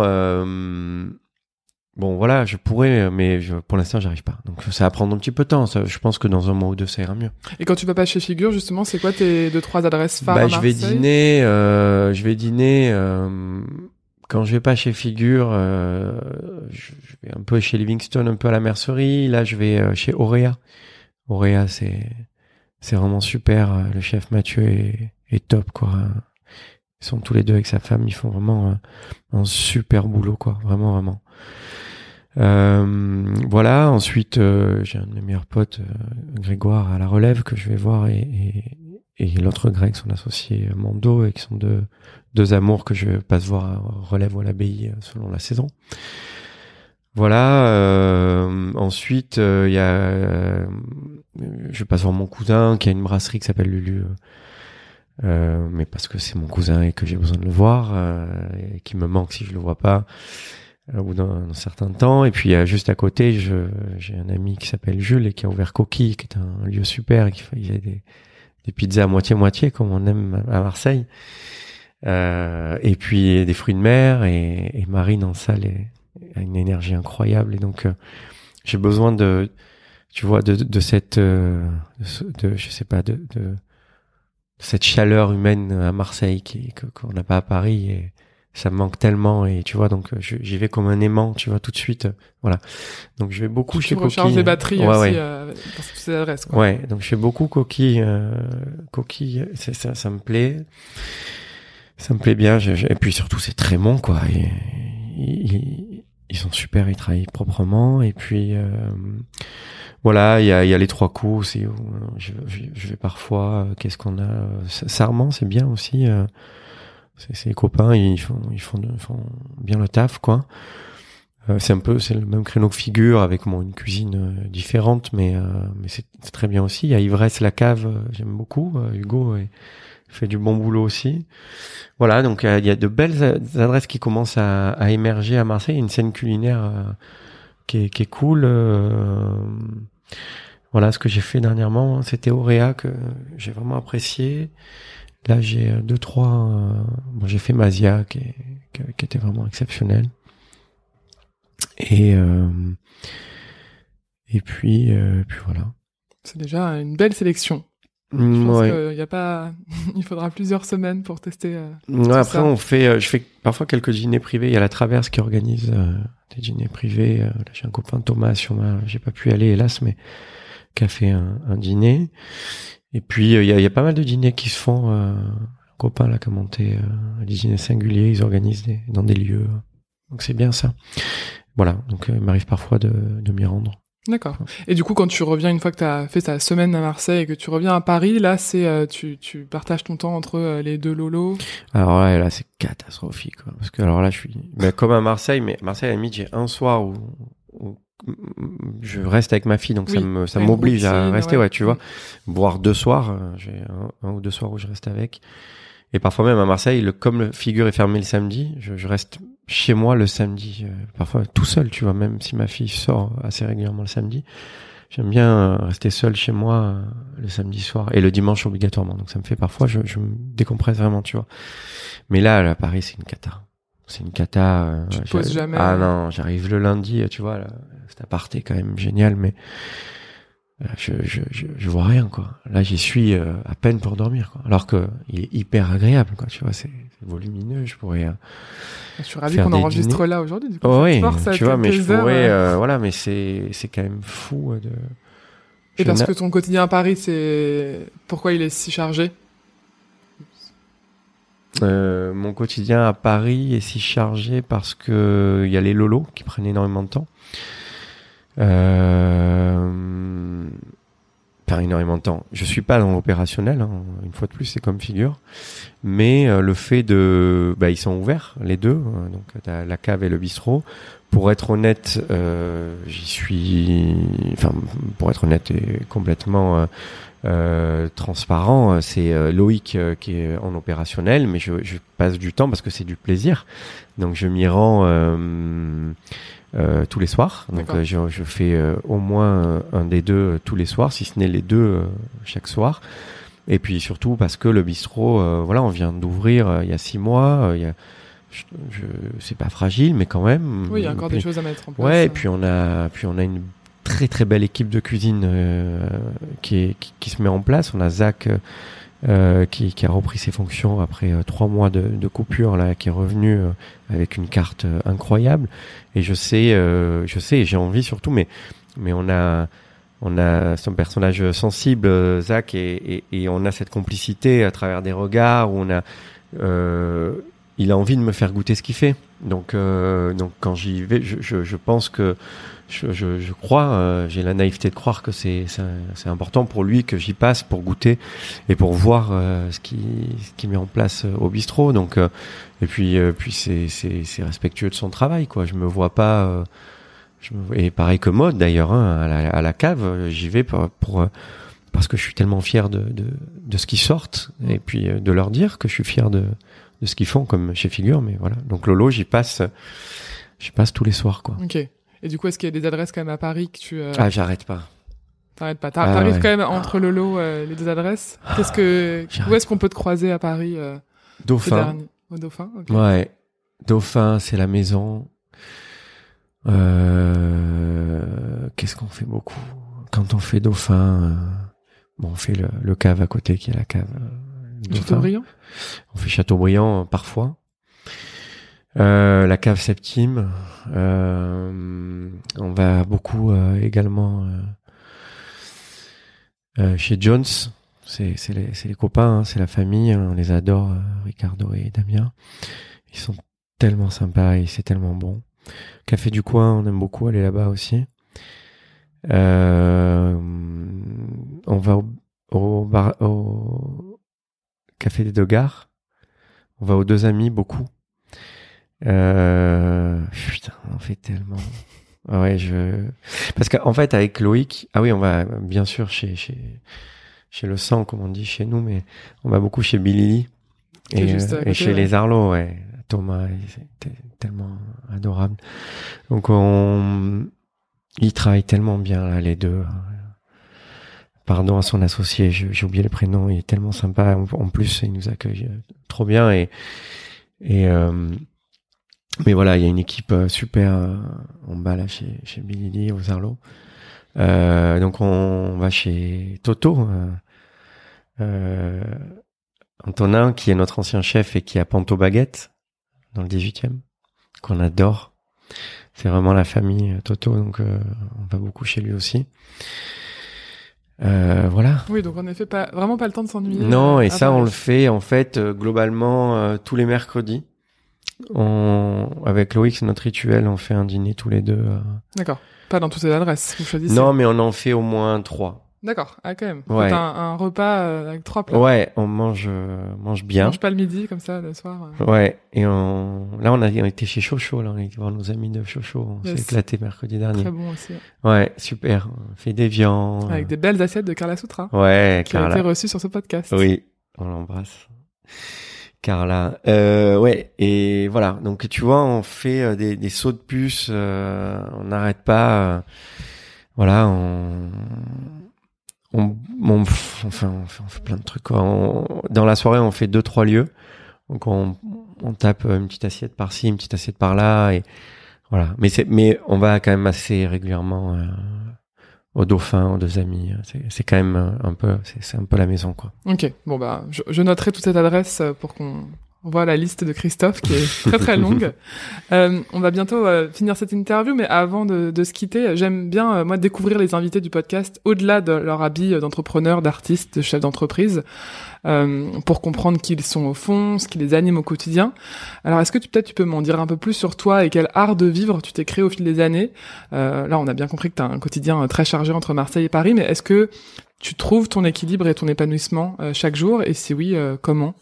Speaker 2: Bon, voilà, je pourrais, mais pour l'instant, j'arrive pas. Donc, ça va prendre un petit peu de temps. Je pense que dans un mois ou deux, ça ira mieux.
Speaker 1: Et quand tu vas pas chez Figure, justement, c'est quoi tes 2-3 adresses phares à Marseille?
Speaker 2: Je vais dîner, quand je vais pas chez Figure, je vais un peu chez Livingstone, un peu à la mercerie. Là, je vais chez Auréa. Auréa, c'est vraiment super. Le chef Mathieu est top, quoi. Ils sont tous les deux avec sa femme. Ils font vraiment un super boulot, quoi. Vraiment, vraiment. Voilà. Ensuite, j'ai un de mes meilleurs potes, Grégoire, à la Relève, que je vais voir, et l'autre Greg, son associé Mando, et qui sont deux amours que je passe voir à Relève ou à l'Abbaye selon la saison. Voilà. Ensuite, je passe voir mon cousin qui a une brasserie qui s'appelle Lulu. Mais parce que c'est mon cousin et que j'ai besoin de le voir, et qui me manque si je le vois pas au bout d'un certain temps. Et puis juste à côté, j'ai un ami qui s'appelle Jules et qui a ouvert Coquille, qui est un lieu super et qui fait des pizzas à moitié comme on aime à Marseille. Et puis des fruits de mer, et Marine en salle a une énergie incroyable, et donc j'ai besoin de cette je sais pas, de cette chaleur humaine à Marseille qu'on n'a pas à Paris, et ça me manque tellement, et tu vois, donc j'y vais comme un aimant, tu vois, tout de suite, voilà. Donc je vais beaucoup chez Coquille. Tu recharges
Speaker 1: les batteries aussi dans toutes ces adresses, quoi.
Speaker 2: Ouais, donc je fais beaucoup Coquille. Coquille, ça me plaît. Ça me plaît bien, et puis surtout c'est très bon, quoi. Ils sont super, ils travaillent proprement, et puis voilà, il y a les 3 coups aussi. Je vais parfois. Qu'est-ce qu'on a? Sarment, c'est bien aussi. C'est les copains, ils font bien le taf, quoi. C'est le même créneau que Figure, avec une cuisine différente, mais c'est très bien aussi. Il y a Ivresse, la cave, j'aime beaucoup. Hugo fait du bon boulot aussi. Voilà, donc il y a de belles adresses qui commencent à émerger à Marseille. Il y a une scène culinaire qui est cool. Voilà, ce que j'ai fait dernièrement, c'était Auréa, que j'ai vraiment apprécié. Là, j'ai 2-3... j'ai fait Mazia, qui était vraiment exceptionnel. Et puis voilà.
Speaker 1: C'est déjà une belle sélection. Je pense qu'il y a pas, il faudra plusieurs semaines pour tester.
Speaker 2: Après, je fais parfois quelques dîners privés. Il y a la Traverse qui organise des dîners privés. Là, j'ai un copain, Thomas, j'ai pas pu aller, hélas, mais qui a fait un dîner. Et puis il y a pas mal de dîners qui se font. Un copain là qui a monté des dîners singuliers. Ils organisent dans des lieux. Donc c'est bien ça. Voilà, donc il m'arrive parfois de m'y rendre.
Speaker 1: D'accord. Et du coup, quand tu reviens, une fois que tu as fait ta semaine à Marseille et que tu reviens à Paris, là, c'est tu partages ton temps entre les deux lolos.
Speaker 2: Alors là c'est catastrophique, quoi. Parce que alors là, je suis comme à Marseille, mais à Marseille, à la limite, j'ai un soir où je reste avec ma fille, donc
Speaker 1: Oui,
Speaker 2: ça m'oblige à
Speaker 1: routine,
Speaker 2: rester, tu vois. Voire 2 soirs, j'ai un ou 2 soirs où je reste avec. Et parfois même à Marseille, comme le Figure est fermé le samedi, je reste chez moi le samedi, parfois tout seul, tu vois, même si ma fille sort assez régulièrement le samedi. J'aime bien rester seul chez moi le samedi soir et le dimanche obligatoirement. Donc ça me fait parfois, je me décompresse vraiment, tu vois. Mais là, à Paris, c'est une cata. C'est une cata.
Speaker 1: Tu te poses jamais.
Speaker 2: Ah non, j'arrive le lundi, tu vois, là, cet appart est quand même génial, mais je vois rien, quoi. Là, j'y suis à peine pour dormir, quoi. Alors que il est hyper agréable, quoi. Tu vois, c'est volumineux. Je pourrais.
Speaker 1: Je suis ravi qu'on enregistre
Speaker 2: dîners.
Speaker 1: Là aujourd'hui. Du coup,
Speaker 2: oh, oui,
Speaker 1: force,
Speaker 2: tu vois, mais je pourrais.
Speaker 1: Heures.
Speaker 2: Voilà, mais c'est quand même fou de.
Speaker 1: Et parce que ton quotidien à Paris, c'est pourquoi il est si chargé?
Speaker 2: Mon quotidien à Paris est si chargé parce que il y a les lolos qui prennent énormément de temps. Enfin, énormément de temps. Je suis pas dans l'opérationnel, hein. Une fois de plus, c'est comme Figure. Mais le fait ils sont ouverts les deux, donc t'as la cave et le bistrot. Pour être honnête, j'y suis. Enfin, pour être honnête et complètement transparent, c'est Loïc qui est en opérationnel, mais je passe du temps parce que c'est du plaisir. Donc je m'y rends. Tous les soirs, donc je fais au moins un des deux tous les soirs, si ce n'est les deux chaque soir. Et puis surtout parce que le bistrot, on vient d'ouvrir il y a 6 mois. C'est pas fragile, mais quand même.
Speaker 1: Oui, il y a encore des choses à mettre en place.
Speaker 2: Ouais, et puis on a une très très belle équipe de cuisine qui se met en place. On a Zach qui a repris ses fonctions après 3 mois de coupure, là, qui est revenu avec une carte incroyable. Et je sais, et j'ai envie surtout, mais on a son personnage sensible, Zach, et on a cette complicité à travers des regards où il a envie de me faire goûter ce qu'il fait. Donc quand j'y vais, je pense que je crois, j'ai la naïveté de croire que c'est important pour lui que j'y passe pour goûter et pour voir ce qui met en place au bistrot. Donc et puis c'est respectueux de son travail, quoi. Je me vois pas et pareil que Maud d'ailleurs, hein, à la cave, j'y vais parce que je suis tellement fier de ce qu'ils sortent et puis de leur dire que je suis fier de ce qu'ils font comme chez Figure. Mais voilà, donc Lolo, j'y passe tous les soirs, quoi.
Speaker 1: Ok. Et du coup, est-ce qu'il y a des adresses quand même à Paris que tu...
Speaker 2: Ah, j'arrête pas.
Speaker 1: T'arrêtes pas. T'arrives quand même entre Lolo, les deux adresses. Où est-ce qu'on peut te croiser à Paris
Speaker 2: Dauphin.
Speaker 1: Au Dauphin, ok.
Speaker 2: Ouais. Dauphin, c'est la maison. Qu'est-ce qu'on fait beaucoup? Quand on fait Dauphin, on fait le cave à côté qui est la cave.
Speaker 1: Chateaubriand?
Speaker 2: On fait Chateaubriand parfois. La cave Septime. On va beaucoup également chez Jones. C'est les copains, hein, c'est la famille. On les adore, Ricardo et Damien. Ils sont tellement sympas et c'est tellement bon. Café du Coin, on aime beaucoup aller là-bas aussi. On va au Café des Deux Gares. On va aux Deux Amis beaucoup. Putain, on en fait tellement. Ouais, parce qu'en fait, avec Loïc, on va bien sûr chez le sang, comme on dit chez nous, mais on va beaucoup chez Billy et chez les Arlo, ouais. Thomas, c'était tellement adorable. Donc ils travaillent tellement bien, là, les deux. Pardon à son associé, j'ai oublié le prénom, il est tellement sympa. En plus, il nous accueille trop bien mais voilà, il y a une équipe super en bas là chez Billy aux Arlo. Donc on va chez Toto, Antonin, qui est notre ancien chef et qui a Panto Baguette dans le 18e, qu'on adore. C'est vraiment la famille Toto, donc on va beaucoup chez lui aussi. Voilà.
Speaker 1: Oui, donc en effet, vraiment pas le temps de s'ennuyer.
Speaker 2: Non, et ça, on le fait en fait globalement tous les mercredis. Avec Loïc, c'est notre rituel, on fait un dîner tous les deux.
Speaker 1: D'accord. Pas dans toutes les adresses, vous choisissez.
Speaker 2: Non, mais on en fait au moins 3.
Speaker 1: D'accord. Ah, quand même.
Speaker 2: Ouais.
Speaker 1: C'est un repas avec 3 plats.
Speaker 2: Ouais, on mange bien.
Speaker 1: On mange pas le midi, comme ça, le soir.
Speaker 2: Ouais. Et là, on était chez Chocho, là. On était voir nos amis de Chocho. On s'est éclaté mercredi dernier.
Speaker 1: Très bon aussi.
Speaker 2: Ouais, super. On fait des viandes.
Speaker 1: Avec des belles assiettes de Carla Soutra.
Speaker 2: Ouais,
Speaker 1: qui a été reçue sur ce podcast.
Speaker 2: Oui. On l'embrasse. Carla. Ouais. Et voilà. Donc, tu vois, on fait des sauts de puce. On n'arrête pas. Voilà. On fait plein de trucs, quoi. Dans la soirée, on fait 2-3 lieux. Donc, on tape une petite assiette par-ci, une petite assiette par-là. Et voilà. Mais on va quand même assez régulièrement au Dauphin, aux Deux Amis. C'est quand même c'est un peu la maison, quoi.
Speaker 1: Ok. Bon, bah, je noterai toute cette adresse pour qu'on voit la liste de Christophe qui est très très longue. On va bientôt finir cette interview, mais avant de se quitter, j'aime bien moi découvrir les invités du podcast au-delà de leur habit d'entrepreneur, d'artiste, de chef d'entreprise, pour comprendre qui ils sont au fond, ce qui les anime au quotidien. Alors est-ce que tu peux m'en dire un peu plus sur toi et quel art de vivre tu t'es créé au fil des années? Là on a bien compris que tu as un quotidien très chargé entre Marseille et Paris, mais est-ce que tu trouves ton équilibre et ton épanouissement chaque jour, et si oui, comment?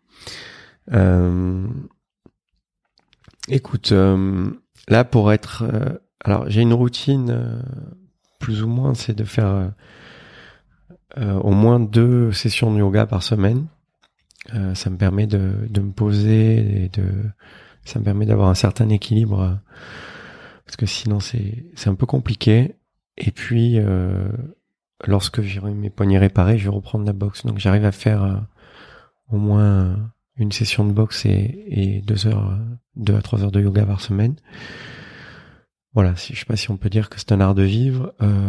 Speaker 2: Écoute, là pour être, alors j'ai une routine plus ou moins, c'est de faire au moins 2 sessions de yoga par semaine. Ça me permet de me poser et ça me permet d'avoir un certain équilibre parce que sinon c'est un peu compliqué. Et puis lorsque j'aurai mes poignets réparés, je vais reprendre la boxe. Donc j'arrive à faire au moins une session de boxe et 2 à 3 heures de yoga par semaine. Voilà, je sais pas si on peut dire que c'est un art de vivre.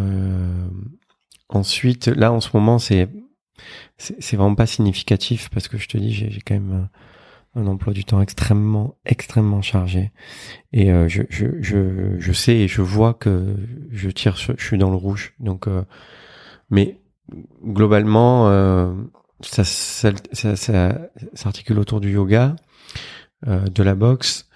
Speaker 2: Ensuite, là, en ce moment, c'est vraiment pas significatif parce que je te dis, j'ai quand même un emploi du temps extrêmement chargé. Et je sais et je vois que je suis dans le rouge. Donc, mais globalement, ça s'articule autour du yoga, de la boxe,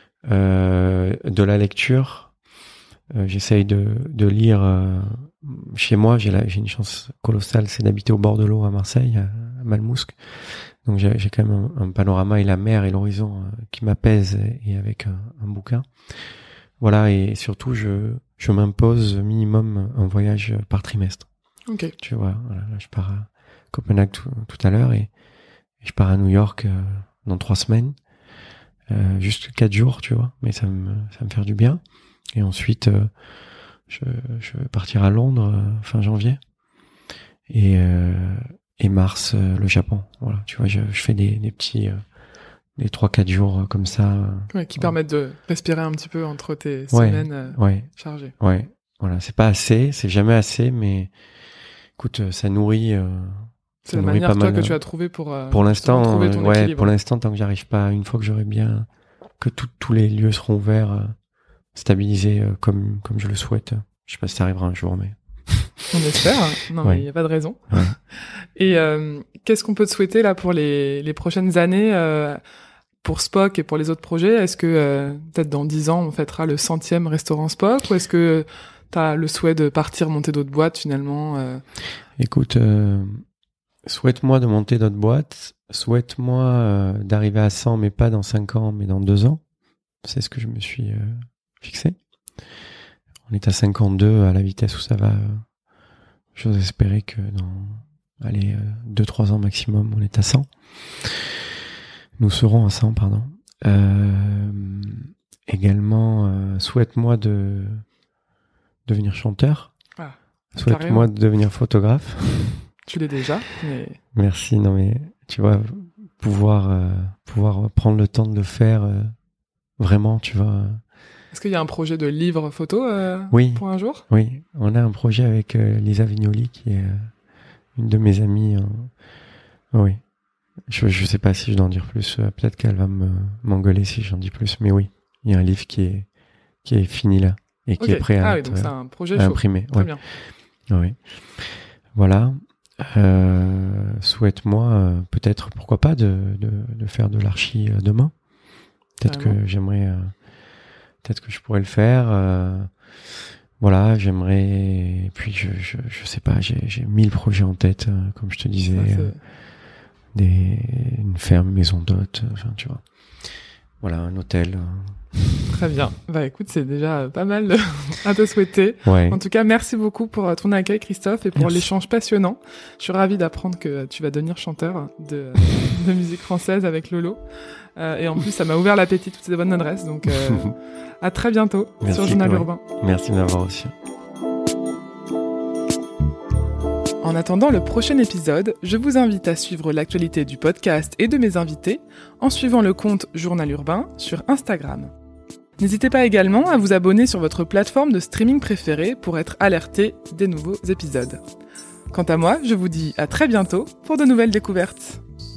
Speaker 2: de la lecture. J'essaye de lire chez moi. J'ai une chance colossale, c'est d'habiter au bord de l'eau à Marseille, à Malmousque. Donc j'ai quand même un panorama et la mer et l'horizon qui m'apaise, et avec un bouquin. Voilà, et surtout je m'impose minimum un voyage par trimestre.
Speaker 1: Ok.
Speaker 2: Tu vois, voilà, là, je pars à Copenhague tout à l'heure et je pars à New York dans 3 semaines, juste 4 jours, tu vois, mais ça me fait du bien. Et ensuite je vais partir à Londres fin janvier et mars le Japon. Voilà, tu vois, je fais des petits des 3-4 jours comme ça.
Speaker 1: Ouais, qui permettent de respirer un petit peu entre tes semaines chargées.
Speaker 2: Ouais, voilà, c'est pas assez, c'est jamais assez, mais écoute, ça nourrit.
Speaker 1: C'est la manière toi que tu as trouvé pour
Speaker 2: l'instant,
Speaker 1: trouver ton équilibre.
Speaker 2: Pour l'instant, tant que j'arrive pas, une fois que j'aurai bien, que tous les lieux seront ouverts, stabilisés comme je le souhaite. Je sais pas si ça arrivera un jour, mais.
Speaker 1: On espère. Non, mais il y a pas de raison. Ouais. Et qu'est-ce qu'on peut te souhaiter là pour les prochaines années, pour Spock et pour les autres projets? Est-ce que peut-être dans 10 ans on fêtera le 100e restaurant Spock, ou est-ce que t'as le souhait de partir monter d'autres boîtes finalement?
Speaker 2: Écoute, souhaite-moi de monter d'autres boîtes. Souhaite-moi d'arriver à 100, mais pas dans 5 ans, mais dans 2 ans. C'est ce que je me suis fixé. On est à 52 à la vitesse où ça va. J'ose espérer que dans 2-3 ans maximum, on est à 100. Nous serons à 100, pardon. Également, souhaite-moi de devenir chanteur. Ah, souhaite-moi de devenir photographe.
Speaker 1: Tu l'es déjà, mais...
Speaker 2: Merci, non mais tu vois, pouvoir prendre le temps de le faire vraiment, tu vois.
Speaker 1: Est-ce qu'il y a un projet de livre photo
Speaker 2: oui,
Speaker 1: pour un jour?
Speaker 2: Oui, on a un projet avec Lisa Vignoli, qui est une de mes amies. Oui, je sais pas si je dois en dire plus. Peut-être qu'elle va m'engueuler si j'en dis plus. Mais oui, il y a un livre qui est fini là et qui est prêt à
Speaker 1: donc c'est un projet
Speaker 2: imprimer.
Speaker 1: Très bien.
Speaker 2: Oui. Voilà. Souhaite-moi peut-être, pourquoi pas, de faire de l'archi demain. Peut-être que j'aimerais, peut-être que je pourrais le faire. Voilà, j'aimerais. Et puis je sais pas, j'ai 1000 projets en tête, comme je te disais, une ferme, maison d'hôte, enfin tu vois. Voilà, un hôtel.
Speaker 1: Très bien. Bah écoute, c'est déjà pas mal à te souhaiter.
Speaker 2: Ouais.
Speaker 1: En tout cas, merci beaucoup pour ton accueil, Christophe, et pour l'échange passionnant. Je suis ravie d'apprendre que tu vas devenir chanteur de musique française avec Lolo. Et en plus, ça m'a ouvert l'appétit, toutes ces bonnes adresses. Donc, à très bientôt sur Journal Urbain.
Speaker 2: Merci de m'avoir reçu.
Speaker 1: En attendant le prochain épisode, je vous invite à suivre l'actualité du podcast et de mes invités en suivant le compte Journal Urbain sur Instagram. N'hésitez pas également à vous abonner sur votre plateforme de streaming préférée pour être alerté des nouveaux épisodes. Quant à moi, je vous dis à très bientôt pour de nouvelles découvertes.